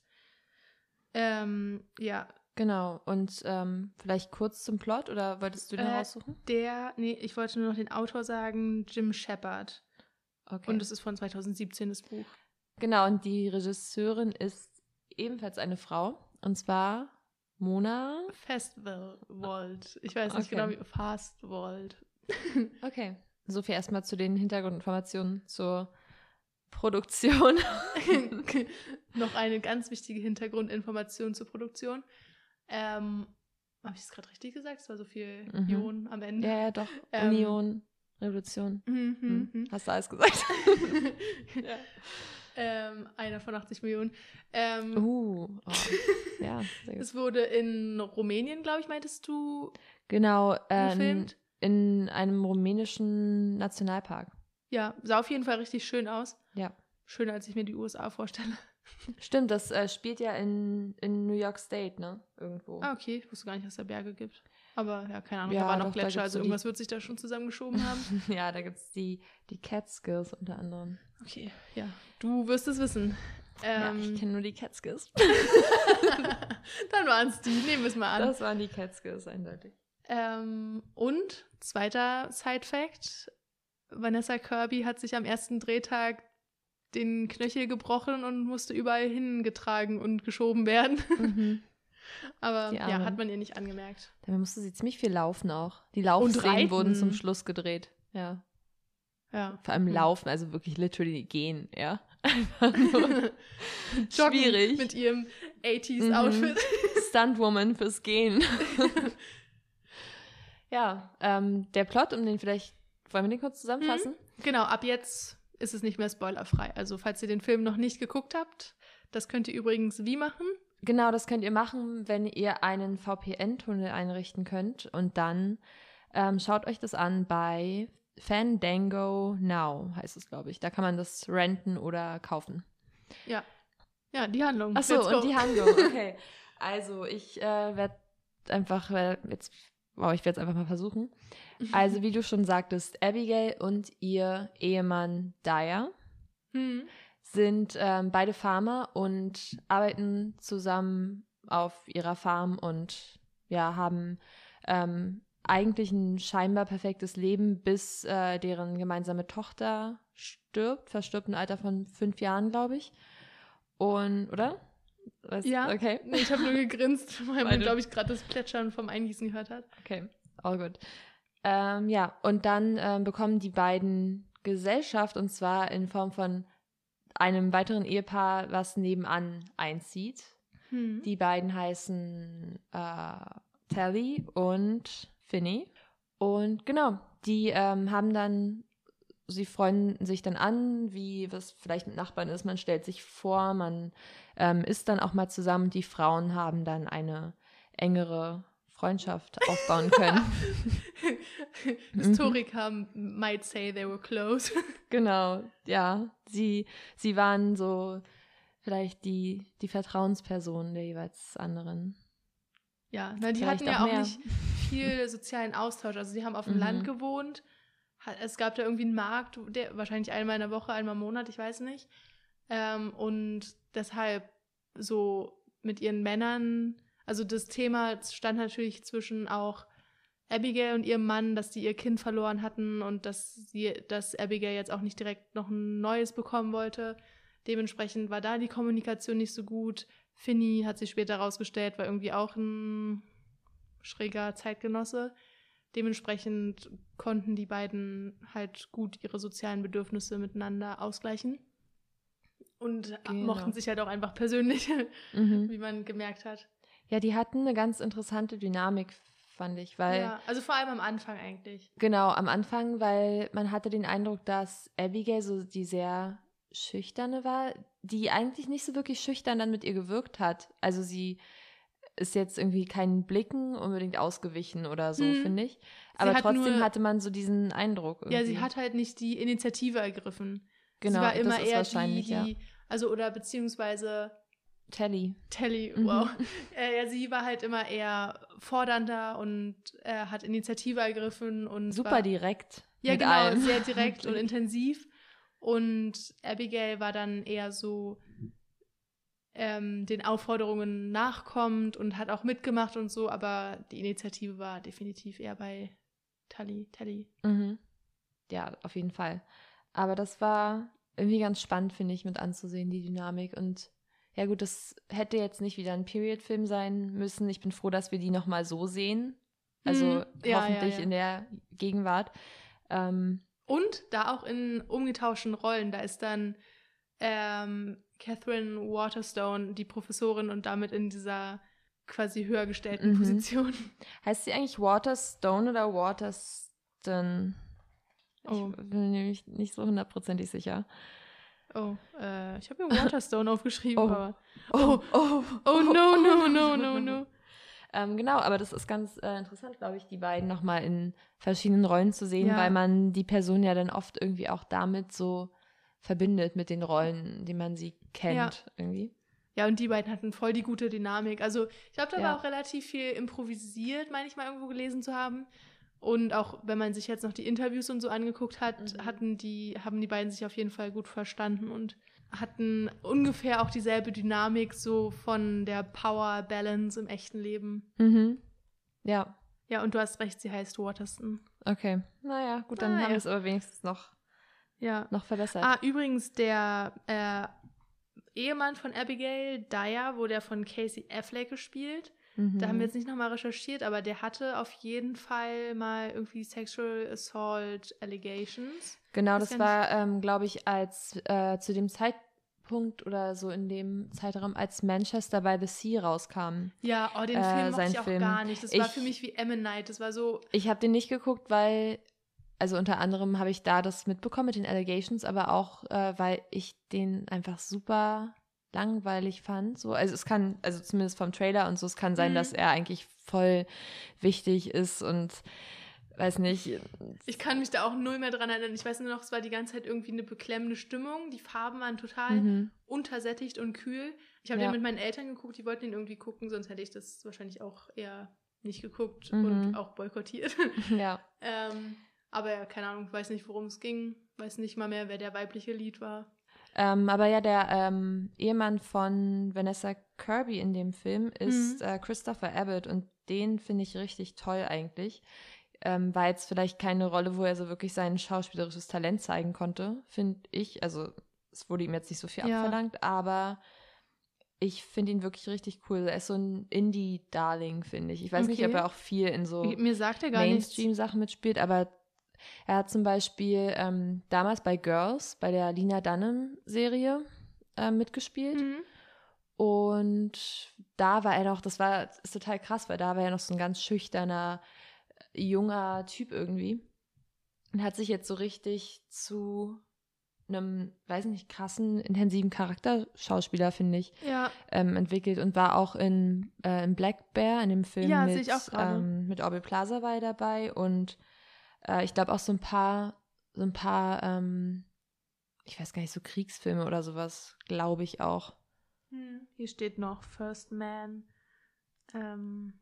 Ähm, ja. Genau, und ähm, vielleicht kurz zum Plot, oder wolltest du den äh, raussuchen? Der, nee, ich wollte nur noch den Autor sagen, Jim Shepard. Okay. Und es ist von zweitausendsiebzehn, das Buch. Genau, und die Regisseurin ist ebenfalls eine Frau, und zwar Mona Fastwold. Ich weiß nicht okay. genau, wie Fastwold. Okay. So viel erstmal zu den Hintergrundinformationen zur Produktion. Noch eine ganz wichtige Hintergrundinformation zur Produktion. Ähm, habe ich das gerade richtig gesagt? Es war so viel mhm. Ion am Ende. Ja, ja, doch. Ähm, Union, Revolution. Mhm, hm. mhm. Hast du alles gesagt? Ja. Ähm, einer von achtzig Millionen. Ähm, uh, oh. Ja, sehr gut. Es wurde in Rumänien, glaube ich, meintest du, genau, äh, gefilmt? In einem rumänischen Nationalpark. Ja, sah auf jeden Fall richtig schön aus. Ja. Schöner, als ich mir die U S A vorstelle. Stimmt, das äh, spielt ja in, in New York State, ne? Irgendwo. Ah, okay. Ich wusste gar nicht, dass es da Berge gibt. Aber ja, keine Ahnung, ja, da waren doch, noch Gletscher, also so irgendwas wird sich da schon zusammengeschoben haben. Ja, da gibt es die, die Catskills unter anderem. Okay, ja. Du wirst es wissen. Ähm, ja, ich kenne nur die Catskills. Dann waren es die, nehmen wir es mal an. Das waren die Catskills, eindeutig. Ähm, und, zweiter Side-Fact, Vanessa Kirby hat sich am ersten Drehtag den Knöchel gebrochen und musste überall hingetragen und geschoben werden. Mhm. Aber ja, hat man ihr nicht angemerkt. Dabei musste sie ziemlich viel laufen auch. Die Laufszenen wurden zum Schluss gedreht. Ja. Ja. Vor allem laufen, also wirklich literally gehen, ja. Einfach nur schwierig. Mit ihrem achtziger-Outfit. Mhm. Stuntwoman fürs Gehen. Ja, ähm, der Plot, um den vielleicht, wollen wir den kurz zusammenfassen? Mhm. Genau, ab jetzt ist es nicht mehr spoilerfrei. Also falls ihr den Film noch nicht geguckt habt, das könnt ihr übrigens wie machen? Genau, das könnt ihr machen, wenn ihr einen V P N-Tunnel einrichten könnt. Und dann ähm, schaut euch das an bei Fandango Now, heißt es, glaube ich. Da kann man das renten oder kaufen. Ja, ja, die Handlung. Achso, und die Handlung, okay. Also ich äh, werde einfach, äh, jetzt Wow, ich werde es einfach mal versuchen. Also, wie du schon sagtest, Abigail und ihr Ehemann Dyer mhm. sind ähm, beide Farmer und arbeiten zusammen auf ihrer Farm und ja, haben ähm, eigentlich ein scheinbar perfektes Leben, bis äh, deren gemeinsame Tochter stirbt, verstirbt im Alter von fünf Jahren, glaube ich. Und, oder? Was? Ja, okay. Nee, ich habe nur gegrinst, weil man, glaube ich, gerade das Plätschern vom Eingießen gehört hat. Okay, all good. Ähm, ja, und dann ähm, bekommen die beiden Gesellschaft, und zwar in Form von einem weiteren Ehepaar, was nebenan einzieht. Hm. Die beiden heißen äh, Tally und Finney. Und genau, die ähm, haben dann, sie freunden sich dann an, wie was vielleicht mit Nachbarn ist. Man stellt sich vor, man ähm, ist dann auch mal zusammen. Die Frauen haben dann eine engere Freundschaft aufbauen können. Historiker mhm. might say they were close. Genau, ja. Sie, sie waren so vielleicht die, die Vertrauenspersonen der jeweils anderen. Ja, na, die vielleicht hatten ja auch, auch nicht viel sozialen Austausch. Also sie haben auf dem mhm. Land gewohnt. Es gab da irgendwie einen Markt, der wahrscheinlich einmal in der Woche, einmal im Monat, ich weiß nicht. Ähm, und deshalb so mit ihren Männern, also das Thema stand natürlich zwischen auch Abigail und ihrem Mann, dass die ihr Kind verloren hatten und dass sie, dass Abigail jetzt auch nicht direkt noch ein neues bekommen wollte. Dementsprechend war da die Kommunikation nicht so gut. Finney, hat sich später herausgestellt, war irgendwie auch ein schräger Zeitgenosse. Dementsprechend konnten die beiden halt gut ihre sozialen Bedürfnisse miteinander ausgleichen. Und genau. mochten sich halt auch einfach persönlich, mhm. wie man gemerkt hat. Ja, die hatten eine ganz interessante Dynamik, fand ich, weil... Ja, also vor allem am Anfang eigentlich. Genau, am Anfang, weil man hatte den Eindruck, dass Abigail so die sehr schüchterne war, die eigentlich nicht so wirklich schüchtern dann mit ihr gewirkt hat. Also sie ist jetzt irgendwie keinen Blicken unbedingt ausgewichen oder so, hm. finde ich. Aber trotzdem nur, hatte man so diesen Eindruck irgendwie. Ja, sie hat halt nicht die Initiative ergriffen. Genau, sie war immer das ist eher wahrscheinlich, die, die ja. also oder beziehungsweise Telly. Telly, wow. Mhm. Äh, ja, sie war halt immer eher fordernder und äh, hat Initiative ergriffen und super war, direkt. Ja, mit genau, allem. sehr direkt und intensiv. Und Abigail war dann eher so ähm, den Aufforderungen nachkommt und hat auch mitgemacht und so, aber die Initiative war definitiv eher bei Telly. Telly. Mhm. Ja, auf jeden Fall. Aber das war irgendwie ganz spannend, finde ich, mit anzusehen, die Dynamik. Und ja gut, das hätte jetzt nicht wieder ein Period-Film sein müssen. Ich bin froh, dass wir die nochmal so sehen. Also hm, ja, hoffentlich ja, ja. in der Gegenwart. Ähm, Und da auch in umgetauschten Rollen. Da ist dann ähm, Catherine Waterstone, die Professorin, und damit in dieser quasi höher gestellten mhm. Position. Heißt sie eigentlich Waterstone oder Waterston? Oh. Ich bin mir nämlich nicht so hundertprozentig sicher. Oh, äh, ich habe mir Waterstone aufgeschrieben, oh. aber... Oh, oh, oh, oh, no, no, no, no, no. Ähm, genau, aber das ist ganz äh, interessant, glaube ich, die beiden nochmal in verschiedenen Rollen zu sehen, Ja. weil man die Person ja dann oft irgendwie auch damit so verbindet mit den Rollen, die man sie kennt ja. irgendwie. Ja, und die beiden hatten voll die gute Dynamik. Also ich glaube, da ja. war auch relativ viel improvisiert, meine ich mal irgendwo gelesen zu haben. Und auch wenn man sich jetzt noch die Interviews und so angeguckt hat, mhm. hatten die, haben die beiden sich auf jeden Fall gut verstanden und hatten ungefähr auch dieselbe Dynamik so von der Power Balance im echten Leben. Mhm. Ja. Ja, und du hast recht, sie heißt Waterston. Okay. Naja, gut, dann ah, haben ja. wir es aber wenigstens noch, ja. noch verbessert. Ah, übrigens, der äh, Ehemann von Abigail, Dyer, wurde ja von Casey Affleck gespielt. Mhm. Da haben wir jetzt nicht nochmal recherchiert, aber der hatte auf jeden Fall mal irgendwie Sexual Assault Allegations. Genau, das, das war, ähm, glaube ich, als äh, zu dem Zeitpunkt oder so in dem Zeitraum, als Manchester by the Sea rauskam. Ja, oh, den äh, Film mochte ich auch Film. gar nicht. Das ich, war für mich wie Ammonite. Das war so... Ich habe den nicht geguckt, weil, also unter anderem habe ich da das mitbekommen mit den Allegations, aber auch, äh, weil ich den einfach super langweilig fand. So, also es kann, also zumindest vom Trailer und so, es kann sein, mhm. dass er eigentlich voll wichtig ist und weiß nicht. Ich kann mich da auch null mehr dran erinnern. Ich weiß nur noch, es war die ganze Zeit irgendwie eine beklemmende Stimmung. Die Farben waren total mhm. untersättigt und kühl. Ich habe ja. den mit meinen Eltern geguckt, die wollten ihn irgendwie gucken, sonst hätte ich das wahrscheinlich auch eher nicht geguckt mhm. und auch boykottiert. Ja. ähm, aber ja, keine Ahnung, weiß nicht, worum es ging. Weiß nicht mal mehr, wer der weibliche Lead war. Ähm, aber ja, der ähm, Ehemann von Vanessa Kirby in dem Film ist mhm. äh, Christopher Abbott und den finde ich richtig toll eigentlich. Ähm, war jetzt vielleicht keine Rolle, wo er so wirklich sein schauspielerisches Talent zeigen konnte, finde ich. Also es wurde ihm jetzt nicht so viel ja. abverlangt, aber ich finde ihn wirklich richtig cool. Er ist so ein Indie-Darling, finde ich. Ich weiß okay. nicht, ob er auch viel in so Mir sagt er gar Mainstream-Sachen mitspielt, aber er hat zum Beispiel ähm, damals bei Girls, bei der Lena Dunham-Serie äh, mitgespielt. Mhm. Und da war er noch, das war ist total krass, weil da war er noch so ein ganz schüchterner, junger Typ irgendwie. Und hat sich jetzt so richtig zu einem, weiß nicht, krassen, intensiven Charakterschauspieler, finde ich, ja. ähm, entwickelt und war auch in, äh, in Black Bear, in dem Film ja, mit, sehe ich auch gerade. ähm, mit Aubrey Plaza war er dabei und äh, ich glaube auch so ein paar, so ein paar, ähm, ich weiß gar nicht, so Kriegsfilme oder sowas, glaube ich auch. Hm. Hier steht noch First Man. Ähm,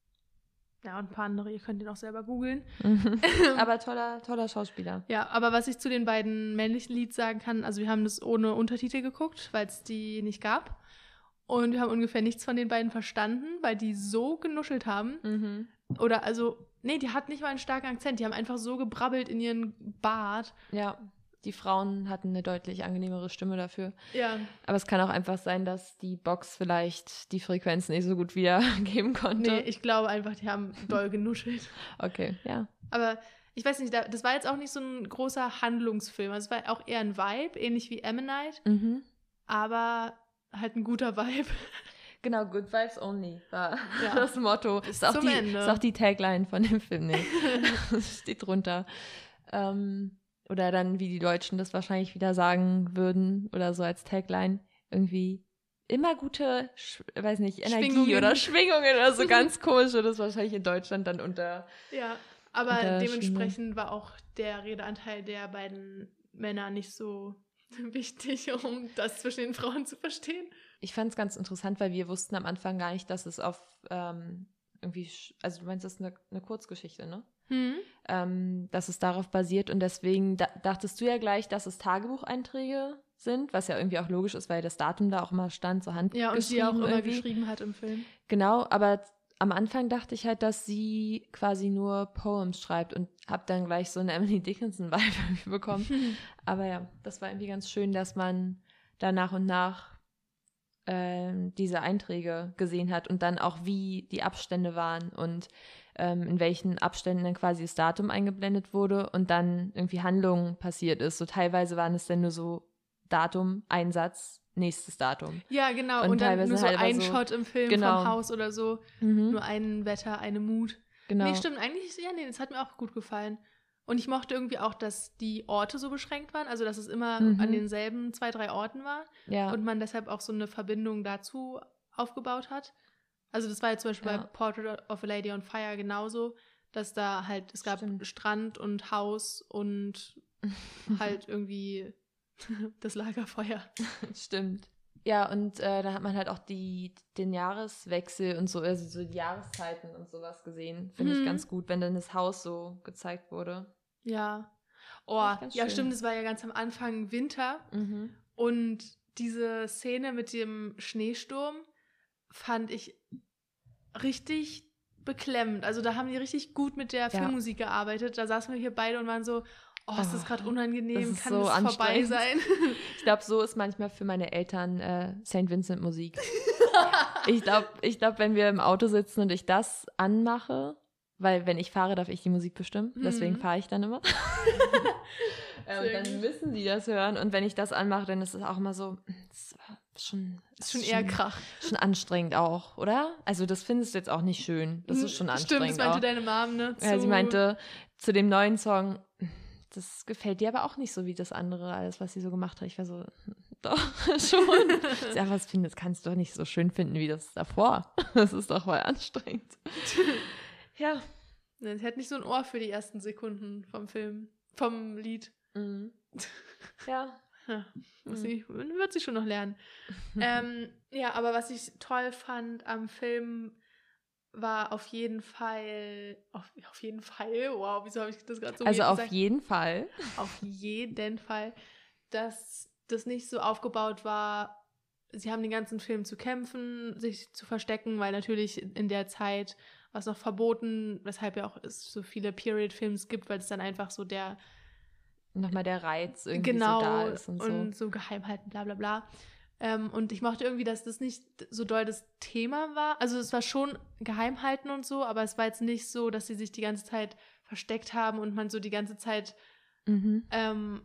ja, und ein paar andere, ihr könnt ihn auch selber googeln. Aber toller, toller Schauspieler. Ja, aber was ich zu den beiden männlichen Leads sagen kann, also wir haben das ohne Untertitel geguckt, weil es die nicht gab. Und wir haben ungefähr nichts von den beiden verstanden, weil die so genuschelt haben. Mhm. Oder also, nee, die hat nicht mal einen starken Akzent. Die haben einfach so gebrabbelt in ihren Bart. Ja, die Frauen hatten eine deutlich angenehmere Stimme dafür. Ja. Aber es kann auch einfach sein, dass die Box vielleicht die Frequenz nicht so gut wiedergeben konnte. Nee, ich glaube einfach, die haben doll genuschelt. Okay, ja. Aber ich weiß nicht, das war jetzt auch nicht so ein großer Handlungsfilm. Also es war auch eher ein Vibe, ähnlich wie Ammonite. Mhm. Aber halt ein guter Vibe. Genau, Good Vibes Only war ja. das Motto. Bis ist, auch zum die, Ende. ist auch die Tagline von dem Film. Nee. Steht drunter. Ähm, oder dann, wie die Deutschen das wahrscheinlich wieder sagen würden, oder so als Tagline, irgendwie immer gute, sch- weiß nicht, Energie Schwingungen. oder Schwingungen oder so ganz komisch. Und das wahrscheinlich in Deutschland dann unter. Ja, aber unter dementsprechend Schwingung. war auch der Redeanteil der beiden Männer nicht so wichtig, um das zwischen den Frauen zu verstehen. Ich fand es ganz interessant, weil wir wussten am Anfang gar nicht, dass es auf ähm, irgendwie, also du meinst, das ist eine, eine Kurzgeschichte, ne? Hm. Ähm, dass es darauf basiert und deswegen da- dachtest du ja gleich, dass es Tagebucheinträge sind, was ja irgendwie auch logisch ist, weil das Datum da auch immer stand, so handgeschrieben. Ja, und sie auch immer irgendwie. geschrieben hat im Film. Genau, aber am Anfang dachte ich halt, dass sie quasi nur Poems schreibt und habe dann gleich so eine Emily Dickinson-Vibe bekommen. Aber ja, das war irgendwie ganz schön, dass man da nach und nach ähm, diese Einträge gesehen hat und dann auch, wie die Abstände waren und ähm, in welchen Abständen dann quasi das Datum eingeblendet wurde und dann irgendwie Handlung passiert ist. So teilweise waren es dann nur so Datum, Einsatz, nächstes Datum. Ja, genau. Und, Und dann teilweise nur so halt aber ein so- Shot im Film genau. vom Haus oder so. Mhm. Nur ein Wetter, eine Mut. Genau. Nee, stimmt. Eigentlich, ja, nee, das hat mir auch gut gefallen. Und ich mochte irgendwie auch, dass die Orte so beschränkt waren. Also, dass es immer Mhm. an denselben zwei, drei Orten war. Ja. Und man deshalb auch so eine Verbindung dazu aufgebaut hat. Also das war jetzt zum Beispiel Ja. bei Portrait of a Lady on Fire genauso, dass da halt, es gab Stimmt. Strand und Haus und halt irgendwie das Lagerfeuer. Stimmt. Ja, und äh, da hat man halt auch die, den Jahreswechsel und so, also so die Jahreszeiten und sowas gesehen. Finde Mhm. ich ganz gut, wenn dann das Haus so gezeigt wurde. Ja. Oh, Das ist ganz ja schön. stimmt, es war ja ganz am Anfang Winter Mhm. und diese Szene mit dem Schneesturm fand ich richtig beklemmend. Also da haben die richtig gut mit der Filmmusik gearbeitet. Da saßen wir hier beide und waren so, oh, ist das Oh, gerade unangenehm, das ist kann so das vorbei anstrengend. sein? Ich glaube, so ist manchmal für meine Eltern äh, Saint Vincent Musik. Ich glaube, ich glaub, wenn wir im Auto sitzen und ich das anmache, weil wenn ich fahre, darf ich die Musik bestimmen. Deswegen Mhm. fahre ich dann immer. äh, und Sehr dann gut. müssen die das hören. Und wenn ich das anmache, dann ist es auch immer so, das ist schon, Ist schon eher Krach. schon anstrengend auch, oder? Also das findest du jetzt auch nicht schön. Das ist schon anstrengend. Stimmt, das meinte auch. deine Mom, ne? Ja, sie zu- meinte zu dem neuen Song, das gefällt dir aber auch nicht so wie das andere, alles, was sie so gemacht hat. Ich war so, doch, schon. Sie sagt, was findest, kannst du doch nicht so schön finden wie das davor. Das ist doch voll anstrengend. Ja. Ne, sie hat nicht so ein Ohr für die ersten Sekunden vom Film, vom Lied. Mhm. Ja. Ja, muss Mhm. sie, wird sie schon noch lernen. ähm, ja, aber was ich toll fand am Film war auf jeden Fall, auf, auf jeden Fall, wow, wieso habe ich das gerade so Also weird auf gesagt? jeden Fall. Auf jeden Fall, dass das nicht so aufgebaut war, sie haben den ganzen Film zu kämpfen, sich zu verstecken, weil natürlich in der Zeit war es noch verboten, weshalb ja auch es so viele Period-Films gibt, weil es dann einfach so der Nochmal der Reiz irgendwie genau so da ist und, und so. so geheim halten, bla bla bla. Ähm, und ich mochte irgendwie, dass das nicht so doll das Thema war. Also es war schon geheim halten und so, aber es war jetzt nicht so, dass sie sich die ganze Zeit versteckt haben und man so die ganze Zeit Mhm. ähm,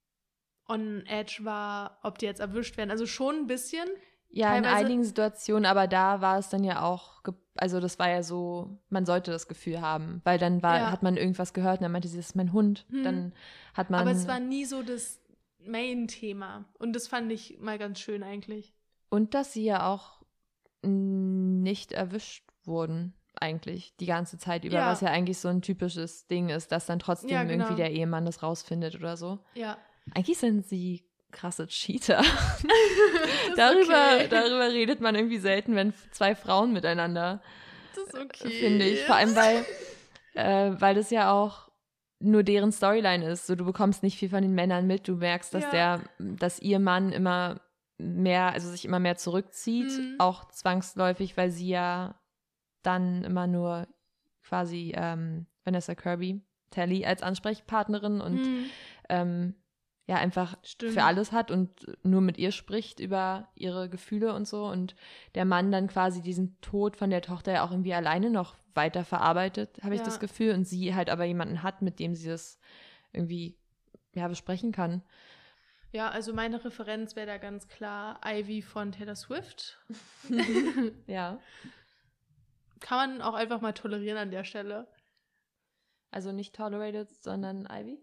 on edge war, ob die jetzt erwischt werden. Also schon ein bisschen. Ja, in Teilweise- einigen Situationen, aber da war es dann ja auch, ge- also das war ja so, man sollte das Gefühl haben, weil dann war, Ja. hat man irgendwas gehört und dann meinte sie, das ist mein Hund. Hm. Dann hat man. Aber es war nie so das Main-Thema. Und das fand ich mal ganz schön eigentlich. Und dass sie ja auch nicht erwischt wurden, eigentlich, die ganze Zeit über, ja. was ja eigentlich so ein typisches Ding ist, dass dann trotzdem ja, genau. irgendwie der Ehemann das rausfindet oder so. Ja. Eigentlich sind sie krasse Cheater. darüber, okay. darüber redet man irgendwie selten, wenn zwei Frauen miteinander, das ist okay. finde ich. Vor allem, weil, äh, weil das ja auch nur deren Storyline ist. So, du bekommst nicht viel von den Männern mit. Du merkst, dass ja. der, dass ihr Mann immer mehr, also sich immer mehr zurückzieht, mhm. auch zwangsläufig, weil sie ja dann immer nur quasi ähm, Vanessa Kirby, Tally als Ansprechpartnerin und mhm. ähm, ja einfach Stimmt. für alles hat und nur mit ihr spricht über ihre Gefühle und so und der Mann dann quasi diesen Tod von der Tochter ja auch irgendwie alleine noch weiter verarbeitet, habe ich ja. das Gefühl, und sie halt aber jemanden hat, mit dem sie das irgendwie ja besprechen kann. Ja, also meine Referenz wäre da ganz klar Ivy von Taylor Swift. Ja. Kann man auch einfach mal tolerieren an der Stelle. Also nicht tolerated, sondern Ivy?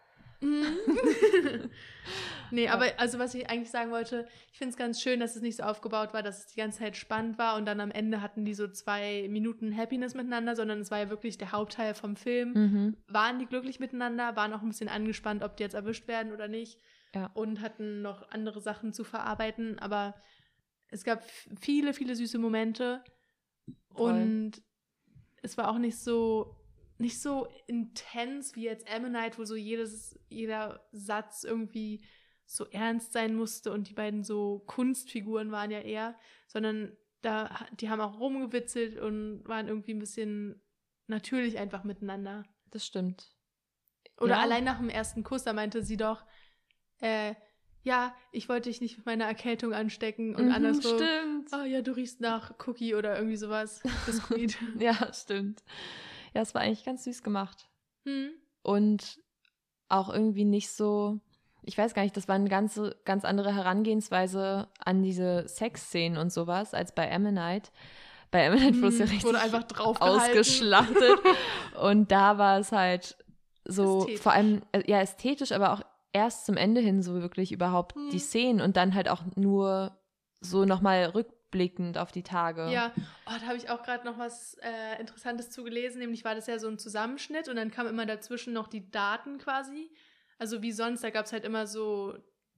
Nee, ja. aber also was ich eigentlich sagen wollte, ich finde es ganz schön, dass es nicht so aufgebaut war, dass es die ganze Zeit spannend war und dann am Ende hatten die so zwei Minuten Happiness miteinander, sondern es war ja wirklich der Hauptteil vom Film. Mhm. Waren die glücklich miteinander, waren auch ein bisschen angespannt, ob die jetzt erwischt werden oder nicht. Ja. Und hatten noch andere Sachen zu verarbeiten, aber es gab viele, viele süße Momente. Voll. Und es war auch nicht so nicht so intens wie jetzt Ammonite, wo so jedes, jeder Satz irgendwie so ernst sein musste und die beiden so Kunstfiguren waren ja eher, sondern da die haben auch rumgewitzelt und waren irgendwie ein bisschen natürlich einfach miteinander. Das stimmt. Oder ja. allein nach dem ersten Kuss, da meinte sie doch, äh, ja, ich wollte dich nicht mit meiner Erkältung anstecken und mhm, andersrum. Stimmt. Oh ja, du riechst nach Cookie oder irgendwie sowas. Biskuit. Ja, stimmt. Ja, es war eigentlich ganz süß gemacht. Hm. Und auch irgendwie nicht so, ich weiß gar nicht, das war eine ganz, ganz andere Herangehensweise an diese Sexszenen und sowas, als bei Ammonite. Bei Ammonite wurde es ja richtig wurde einfach drauf ausgeschlachtet. Und da war es halt so, ästhetisch. Vor allem, ja, ästhetisch, aber auch erst zum Ende hin so wirklich überhaupt hm. die Szenen und dann halt auch nur so nochmal rückblickend auf die Tage. Ja, oh, da habe ich auch gerade noch was äh, Interessantes zu gelesen, nämlich war das ja so ein Zusammenschnitt und dann kam immer dazwischen noch die Daten quasi. Also wie sonst, da gab es halt immer so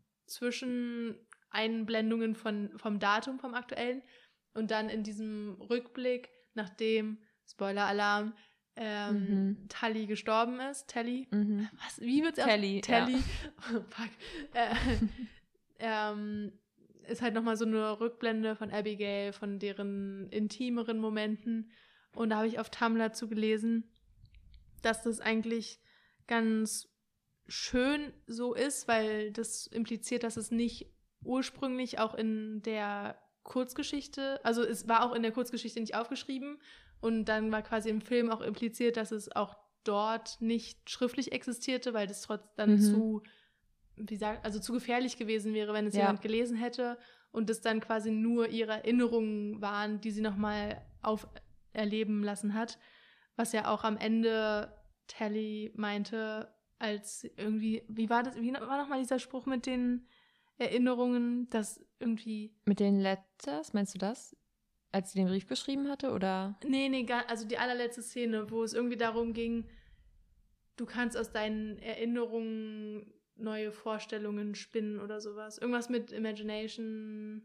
Zwischeneinblendungen von, vom Datum, vom aktuellen und dann in diesem Rückblick, nachdem, Spoiler-Alarm, ähm, mhm. Tully gestorben ist. Tally? Mhm. Was? Wie wird's aus? Tally. Tally. Ja. Oh, fuck. Äh, ähm, ist halt nochmal so eine Rückblende von Abigail, von deren intimeren Momenten. Und da habe ich auf Tumblr zu gelesen, dass das eigentlich ganz schön so ist, weil das impliziert, dass es nicht ursprünglich auch in der Kurzgeschichte, also es war auch in der Kurzgeschichte nicht aufgeschrieben und dann war quasi im Film auch impliziert, dass es auch dort nicht schriftlich existierte, weil das trotz dann mhm. zu, wie sagt, also zu gefährlich gewesen wäre, wenn es ja. jemand gelesen hätte und es dann quasi nur ihre Erinnerungen waren, die sie nochmal auferleben lassen hat, was ja auch am Ende Tally meinte, als irgendwie, wie war das, wie war nochmal dieser Spruch mit den Erinnerungen, dass irgendwie... Mit den Letters, meinst du das? Als sie den Brief geschrieben hatte, oder? Nee, nee, gar, also die allerletzte Szene, wo es irgendwie darum ging, du kannst aus deinen Erinnerungen neue Vorstellungen spinnen oder sowas. Irgendwas mit Imagination.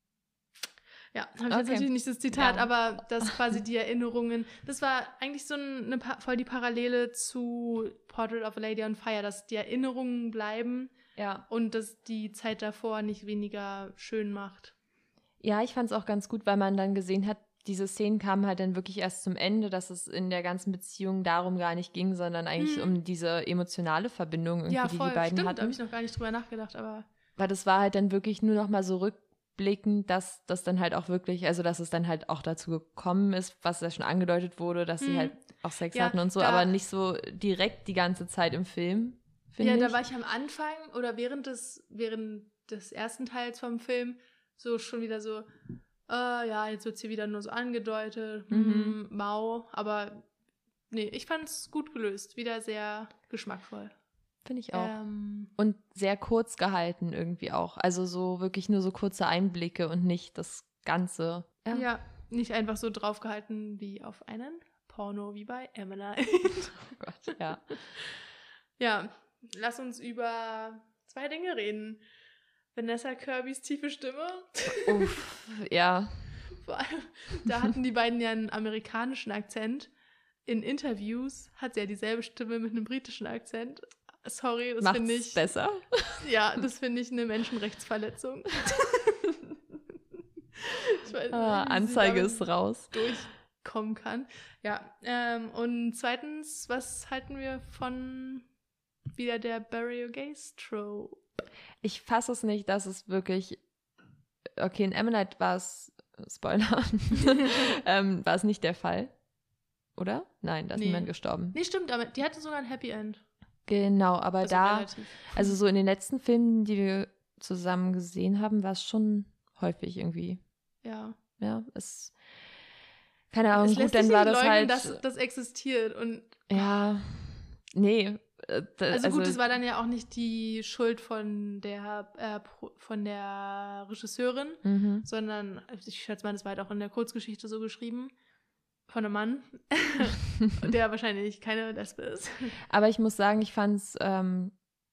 Ja, habe ich okay. jetzt natürlich nicht das Zitat, ja. aber das quasi die Erinnerungen, das war eigentlich so eine, voll die Parallele zu Portrait of a Lady on Fire, dass die Erinnerungen bleiben ja. und dass die Zeit davor nicht weniger schön macht. Ja, ich fand es auch ganz gut, weil man dann gesehen hat, diese Szenen kamen halt dann wirklich erst zum Ende, dass es in der ganzen Beziehung darum gar nicht ging, sondern eigentlich hm. um diese emotionale Verbindung, irgendwie, ja, voll. die die beiden Stimmt, hatten. Da habe ich noch gar nicht drüber nachgedacht, aber... Weil das war halt dann wirklich nur noch mal so rückblickend, dass das dann halt auch wirklich, also dass es dann halt auch dazu gekommen ist, was ja schon angedeutet wurde, dass hm. sie halt auch Sex ja, hatten und so, da, aber nicht so direkt die ganze Zeit im Film, finde ja, ich. Ja, da war ich am Anfang oder während des, während des ersten Teils vom Film so schon wieder so... Uh, ja, jetzt wird es hier wieder nur so angedeutet, mhm. hm, mau, aber nee, ich fand es gut gelöst, wieder sehr geschmackvoll. Finde ich auch. Ähm, und sehr kurz gehalten irgendwie auch. Also so wirklich nur so kurze Einblicke und nicht das Ganze. Ja, ja nicht einfach so draufgehalten wie auf einen Porno wie bei Emily. Oh Gott, ja. Ja, lass uns über zwei Dinge reden. Vanessa Kirbys tiefe Stimme. Uff, ja. Vor allem, da hatten die beiden ja einen amerikanischen Akzent. In Interviews hat sie ja dieselbe Stimme mit einem britischen Akzent. Sorry, das finde ich... besser? Ja, das finde ich eine Menschenrechtsverletzung. Ich weiß nicht, ah, Anzeige ist raus. Durchkommen kann. Ja, ähm, und zweitens, was halten wir von wieder der Bury Your Gays Trope? Ich fasse es nicht, dass es wirklich, okay, in Ammonite war es, Spoiler, ähm, war es nicht der Fall, oder? Nein, da ist nee. niemand gestorben. Nee, stimmt, aber die hatte sogar ein Happy End. Genau, aber also da, relativ. Also so in den letzten Filmen, die wir zusammen gesehen haben, war es schon häufig irgendwie. Ja. Ja, es, keine Ahnung, es gut, dann war das leugnen, halt. dass das existiert und. Ja, nee. Da, also, also gut, es war dann ja auch nicht die Schuld von der äh, von der Regisseurin, mhm. sondern, ich schätze mal, das war halt auch in der Kurzgeschichte so geschrieben, von einem Mann, der wahrscheinlich keine Lesbe ist. Aber ich muss sagen, ich fand es ähm,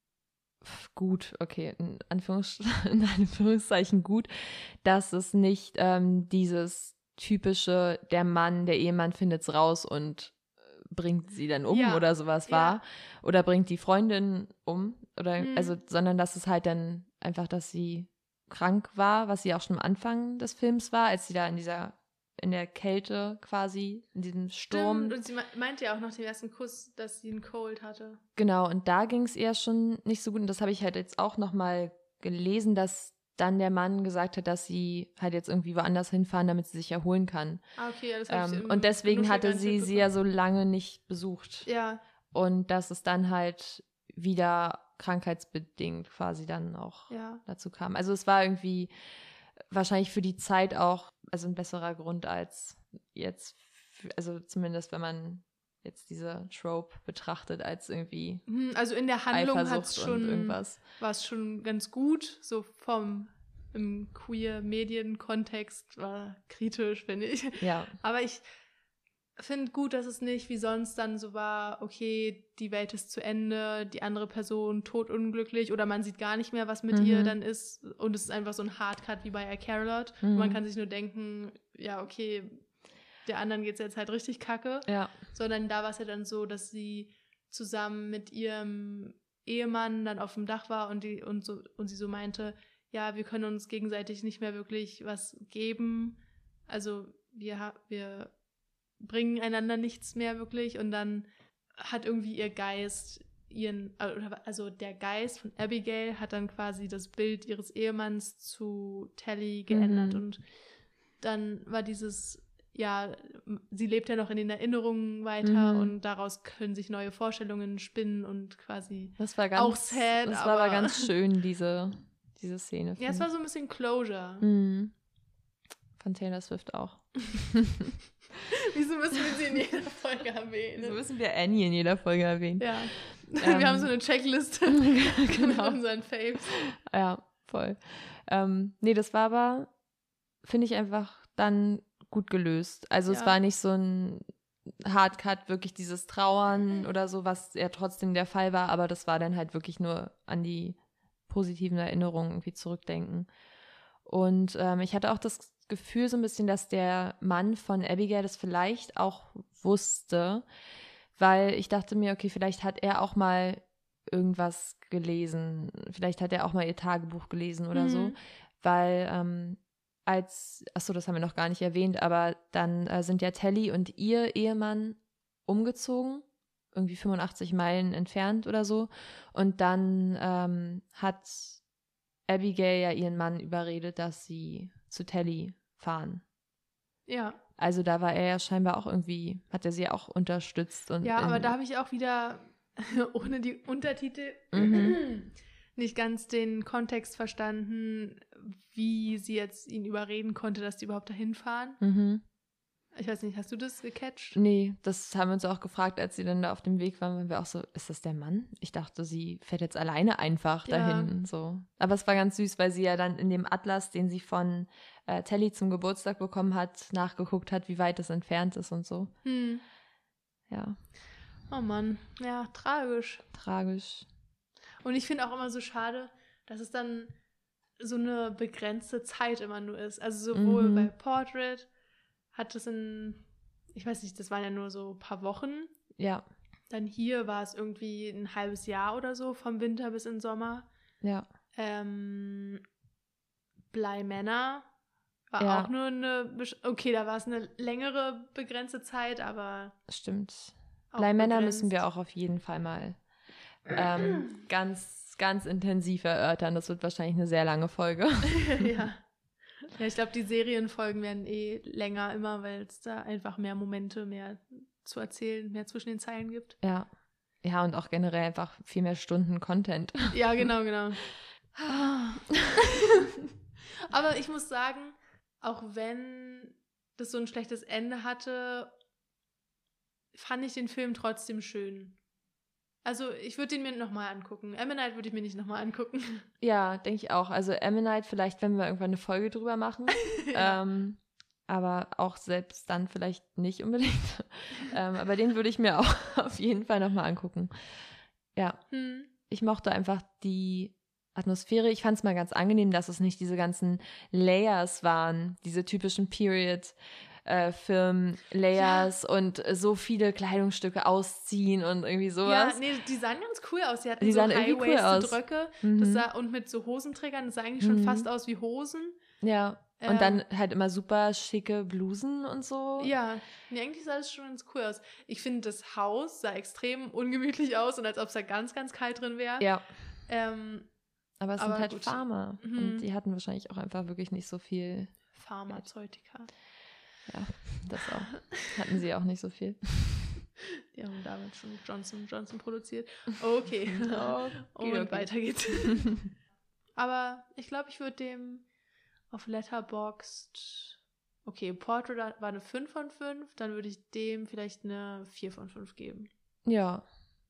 gut, okay, in, Anführungs- in Anführungszeichen gut, dass es nicht ähm, dieses typische, der Mann, der Ehemann findet's raus und bringt sie dann um ja. oder sowas ja. war oder bringt die Freundin um oder mhm. also sondern dass es halt dann einfach, dass sie krank war, was sie auch schon am Anfang des Films war, als sie da in dieser in der Kälte quasi, in diesem Sturm. Stimmt. Und sie meinte ja auch nach dem ersten Kuss, dass sie einen Cold hatte. Genau, und da ging es eher schon nicht so gut und das habe ich halt jetzt auch nochmal gelesen, dass dann der Mann gesagt hat, dass sie halt jetzt irgendwie woanders hinfahren, damit sie sich erholen kann. Ah, okay, ja, das habe ähm, ich im Und deswegen hatte sie sie ja so lange nicht besucht. Ja. Und dass es dann halt wieder krankheitsbedingt quasi dann auch ja. dazu kam. Also es war irgendwie wahrscheinlich für die Zeit auch also ein besserer Grund als jetzt, für, also zumindest wenn man jetzt diese Trope betrachtet als irgendwie also in der Handlung hat's schon, war es schon ganz gut, so vom im Queer-Medien-Kontext war kritisch, finde ich. Ja. Aber ich finde gut, dass es nicht wie sonst dann so war, okay, die Welt ist zu Ende, die andere Person totunglücklich oder man sieht gar nicht mehr, was mit mhm. ihr dann ist und es ist einfach so ein Hardcut wie bei A Carolot. Mhm. Man kann sich nur denken, ja, okay, der anderen geht es jetzt halt richtig kacke. Ja. Sondern da war es ja dann so, dass sie zusammen mit ihrem Ehemann dann auf dem Dach war und, die, und, so, und sie so meinte, ja, wir können uns gegenseitig nicht mehr wirklich was geben. Also wir, wir bringen einander nichts mehr wirklich. Und dann hat irgendwie ihr Geist ihren, also der Geist von Abigail hat dann quasi das Bild ihres Ehemanns zu Tally geändert. Mhm. Und dann war dieses, ja, sie lebt ja noch in den Erinnerungen weiter mhm. und daraus können sich neue Vorstellungen spinnen und quasi das war ganz, auch sad. Das aber war aber ganz schön, diese, diese Szene. Ja, es war so ein bisschen Closure. Mhm. Von Taylor Swift auch. Wieso müssen wir sie in jeder Folge erwähnen? Wieso müssen wir Annie in jeder Folge erwähnen? Ja. Ähm, wir haben so eine Checkliste genau. mit unseren Faves. Ja, voll. Ähm, nee, das war aber, finde ich, einfach dann gut gelöst. Also ja. es war nicht so ein Hardcut, wirklich dieses Trauern oder so, was ja trotzdem der Fall war, aber das war dann halt wirklich nur an die positiven Erinnerungen irgendwie zurückdenken. Und ähm, ich hatte auch das Gefühl so ein bisschen, dass der Mann von Abigail das vielleicht auch wusste, weil ich dachte mir, okay, vielleicht hat er auch mal irgendwas gelesen, vielleicht hat er auch mal ihr Tagebuch gelesen oder mhm. so, weil ähm, als, achso, das haben wir noch gar nicht erwähnt, aber dann äh, sind ja Tally und ihr Ehemann umgezogen, irgendwie fünfundachtzig Meilen entfernt oder so, und dann ähm, hat Abigail ja ihren Mann überredet, dass sie zu Tally fahren. Ja. Also da war er ja scheinbar auch irgendwie, hat er sie auch unterstützt. Und ja, aber da habe ich auch wieder, ohne die Untertitel, mhm. nicht ganz den Kontext verstanden, wie sie jetzt ihn überreden konnte, dass die überhaupt dahin fahren. Mhm. Ich weiß nicht, hast du das gecatcht? Nee, das haben wir uns auch gefragt, als sie dann da auf dem Weg waren, waren wir auch so, ist das der Mann? Ich dachte, sie fährt jetzt alleine einfach ja. dahin. So. Aber es war ganz süß, weil sie ja dann in dem Atlas, den sie von äh, Telly zum Geburtstag bekommen hat, nachgeguckt hat, wie weit es entfernt ist und so. Hm. Ja. Oh Mann, ja, tragisch. Tragisch. Und ich finde auch immer so schade, dass es dann so eine begrenzte Zeit immer nur ist. Also sowohl mhm. bei Portrait hat es in, ich weiß nicht, das waren ja nur so ein paar Wochen. Ja. Dann hier war es irgendwie ein halbes Jahr oder so, vom Winter bis in Sommer. Ja. Ähm, Bleimänner war ja. auch nur eine, okay, da war es eine längere begrenzte Zeit, aber stimmt. Bleimänner müssen wir auch auf jeden Fall mal ähm, ganz, ganz intensiv erörtern. Das wird wahrscheinlich eine sehr lange Folge. ja. Ja, ich glaube, die Serienfolgen werden eh länger immer, weil es da einfach mehr Momente, mehr zu erzählen, mehr zwischen den Zeilen gibt. Ja. Ja, und auch generell einfach viel mehr Stunden Content. Ja, genau, genau. Aber ich muss sagen, auch wenn das so ein schlechtes Ende hatte, fand ich den Film trotzdem schön. Also ich würde ihn mir nochmal angucken. Ammonite würde ich mir nicht nochmal angucken. Ja, denke ich auch. Also Ammonite vielleicht, wenn wir irgendwann eine Folge drüber machen. ja. ähm, aber auch selbst dann vielleicht nicht unbedingt. ähm, aber den würde ich mir auch auf jeden Fall nochmal angucken. Ja, hm. ich mochte einfach die Atmosphäre. Ich fand es mal ganz angenehm, dass es nicht diese ganzen Layers waren, diese typischen Period Äh, Film-Layers ja. und so viele Kleidungsstücke ausziehen und irgendwie sowas. Ja, nee, die sahen ganz cool aus. Die hatten die so High-Waisted cool Röcke mhm. das sah, und mit so Hosenträgern, das sah eigentlich schon mhm. fast aus wie Hosen. Ja, ähm, und dann halt immer super schicke Blusen und so. Ja, nee, eigentlich sah das schon ganz cool aus. Ich finde, das Haus sah extrem ungemütlich aus und als ob es da ganz, ganz kalt drin wäre. Ja. Ähm, aber es aber sind halt gut. Farmer mhm. und die hatten wahrscheinlich auch einfach wirklich nicht so viel Pharmazeutika. Ja, das auch. Hatten sie auch nicht so viel. Die haben damals schon Johnson und Johnson produziert. Okay. okay und okay. weiter geht's. Aber ich glaube, ich würde dem auf Letterboxd, okay, Portrait war eine fünf von fünf, dann würde ich dem vielleicht eine vier von fünf geben. Ja.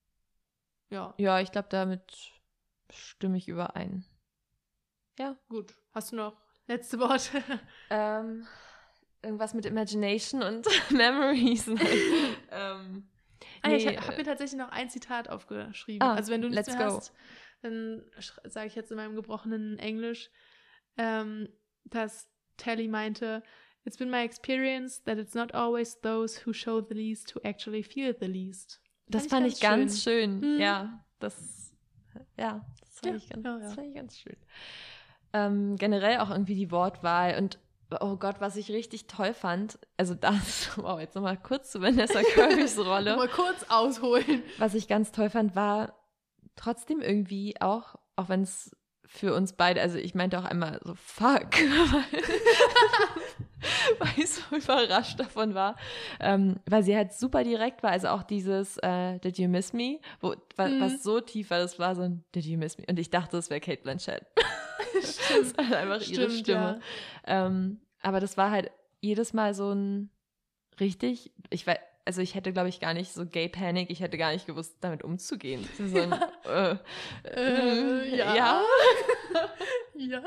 Ja. Ja, ich glaube, damit stimme ich überein. Ja. Gut. Hast du noch letzte Worte? ähm... Irgendwas mit Imagination und Memories. ähm, ah, nee, ich habe mir tatsächlich noch ein Zitat aufgeschrieben. Ah, also wenn du nichts mehr go. hast, dann sage ich jetzt in meinem gebrochenen Englisch, ähm, dass Telly meinte, "It's been my experience that it's not always those who show the least who actually feel the least." Das fand ich ganz schön. schön. Hm. Ja, das, ja, das fand, ja, ich, ganz, ja, ja. das fand ich ganz schön. Ähm, generell auch irgendwie die Wortwahl und oh Gott, was ich richtig toll fand, also das, wow, jetzt nochmal kurz zu Vanessa Kirby's Rolle. Mal kurz ausholen. Was ich ganz toll fand, war trotzdem irgendwie auch, auch wenn es für uns beide, also ich meinte auch einmal so, fuck, weil ich so überrascht davon war, ähm, weil sie halt super direkt war, also auch dieses äh, Did you miss me? Wo, was, mhm. was so tief war, das war so ein Did you miss me? Und ich dachte, es wäre Cate Blanchett. Stimmt. Das war einfach Stimmt, ihre Stimme. Ja. Ähm, aber das war halt jedes Mal so ein richtig, ich weiß, also ich hätte, glaube ich, gar nicht so Gay Panic, ich hätte gar nicht gewusst, damit umzugehen. So ein, äh, äh, ja. Ja. ja.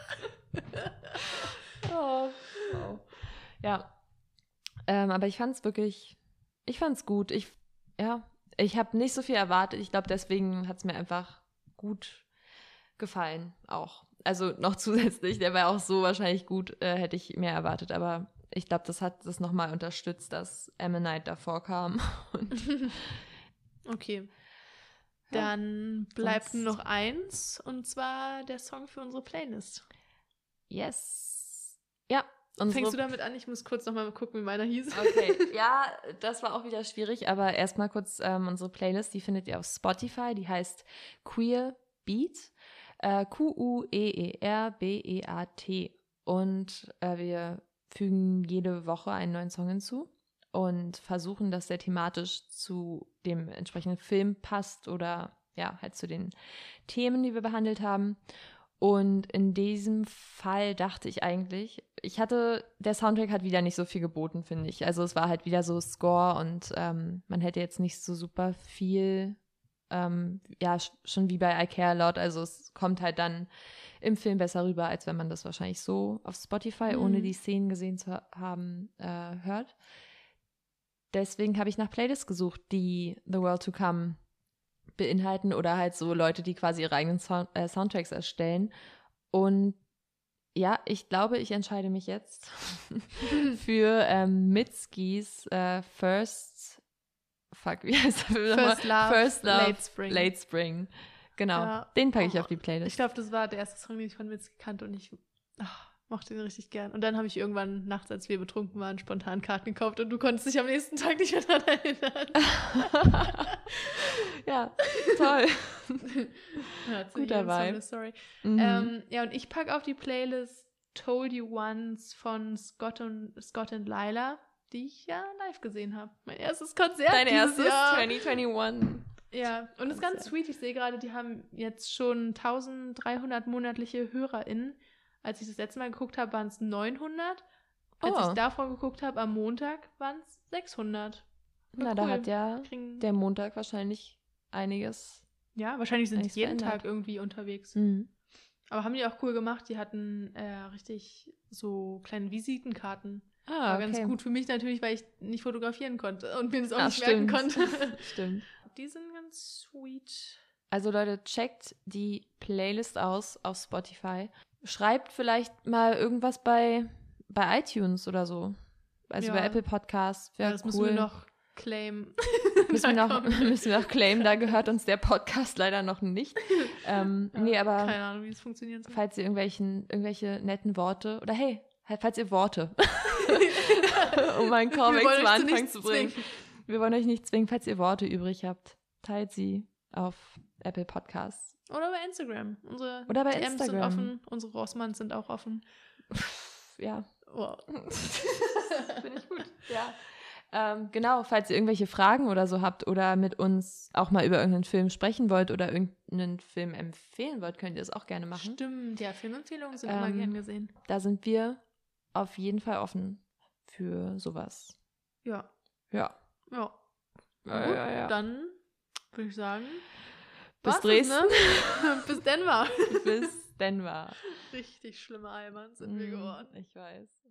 oh, oh. Ja. Ähm, aber ich fand es wirklich, ich fand es gut. Ich, ja, ich habe nicht so viel erwartet. Ich glaube, deswegen hat es mir einfach gut gefallen auch. Also noch zusätzlich, der war auch so wahrscheinlich gut, äh, hätte ich mehr erwartet, aber ich glaube, das hat das nochmal unterstützt, dass Ammonite davor kam. Und okay. Dann ja, bleibt nur noch eins, und zwar der Song für unsere Playlist. Yes. Ja. Fängst du damit an? Ich muss kurz nochmal gucken, wie meiner hieß. Okay, ja, das war auch wieder schwierig, aber erstmal kurz ähm, unsere Playlist, die findet ihr auf Spotify, die heißt Queer Beat. Q U E E R B E A T. Und äh, wir fügen jede Woche einen neuen Song hinzu und versuchen, dass der thematisch zu dem entsprechenden Film passt oder ja, halt zu den Themen, die wir behandelt haben. Und in diesem Fall dachte ich eigentlich, ich hatte, der Soundtrack hat wieder nicht so viel geboten, finde ich. Also es war halt wieder so Score und ähm, man hätte jetzt nicht so super viel, ähm, ja, schon wie bei I Care a Lot. Also es kommt halt dann im Film besser rüber, als wenn man das wahrscheinlich so auf Spotify, mhm. ohne die Szenen gesehen zu haben, äh, hört. Deswegen habe ich nach Playlists gesucht, die The World to Come beinhalten oder halt so Leute, die quasi ihre eigenen Sound- äh, Soundtracks erstellen. Und ja, ich glaube, ich entscheide mich jetzt für ähm, Mitskis äh, First Fuck, wie heißt das? First Love, First Love Late Spring. Late Spring. Genau, ja. den packe ich oh, auf die Playlist. Ich glaube, das war der erste Song, den ich von Mitski kannte und ich ach, mochte den richtig gern. Und dann habe ich irgendwann nachts, als wir betrunken waren, spontan Karten gekauft und du konntest dich am nächsten Tag nicht mehr daran erinnern. Ja, toll. Ja, guter Vibe. Sorry. Mhm. Ähm, ja, und ich packe auf die Playlist Told You Once von Scott und, Scott und Lila, die ich ja live gesehen habe. Mein erstes Konzert Dein dieses erstes Jahr. zwanzig einundzwanzig. Ja, und das ist ganz sweet. Ich sehe gerade, die haben jetzt schon eintausenddreihundert monatliche HörerInnen. Als ich das letzte Mal geguckt habe, waren es neunhundert. Als oh. ich davor geguckt habe, am Montag, waren es sechshundert. Na, cool. da hat ja Kriegen... der Montag wahrscheinlich einiges. Ja, wahrscheinlich sind die jeden verändert. Tag irgendwie unterwegs. Mhm. Aber haben die auch cool gemacht. Die hatten äh, richtig so kleine Visitenkarten. Ah, War ganz okay. gut für mich natürlich, weil ich nicht fotografieren konnte und mir das auch Ach, nicht stimmt. merken konnte. Stimmt. Die sind ganz sweet. Also Leute, checkt die Playlist aus auf Spotify. Schreibt vielleicht mal irgendwas bei, bei iTunes oder so. Also ja. bei Apple Podcasts. Wäre ja, das cool. müssen wir noch claimen. müssen, wir noch, müssen wir noch claimen, da gehört uns der Podcast leider noch nicht. Ähm, ja, nee, aber keine Ahnung, wie es funktionieren soll. Falls ihr irgendwelchen, irgendwelche netten Worte, oder hey, falls ihr Worte, um einen Callback zum Anfang zu bringen. Zwingen. Wir wollen euch nicht zwingen, falls ihr Worte übrig habt, teilt sie auf Apple Podcasts. Oder bei Instagram. Unsere Oder bei D Ms Instagram. sind offen, unsere Rossmanns sind auch offen. Ja. Wow. Finde ich gut. Ja. Ähm, genau, falls ihr irgendwelche Fragen oder so habt oder mit uns auch mal über irgendeinen Film sprechen wollt oder irgendeinen Film empfehlen wollt, könnt ihr das auch gerne machen. Stimmt, ja, Filmempfehlungen sind ähm, immer gern gesehen. Da sind wir auf jeden Fall offen für sowas. Ja. Ja. Ja. Ja, Gut, ja, ja. Dann würde ich sagen, bis Dresden. Es, ne? Bis Denver. Bis Denver. Richtig schlimme Alman sind mm, wir geworden. Ich weiß.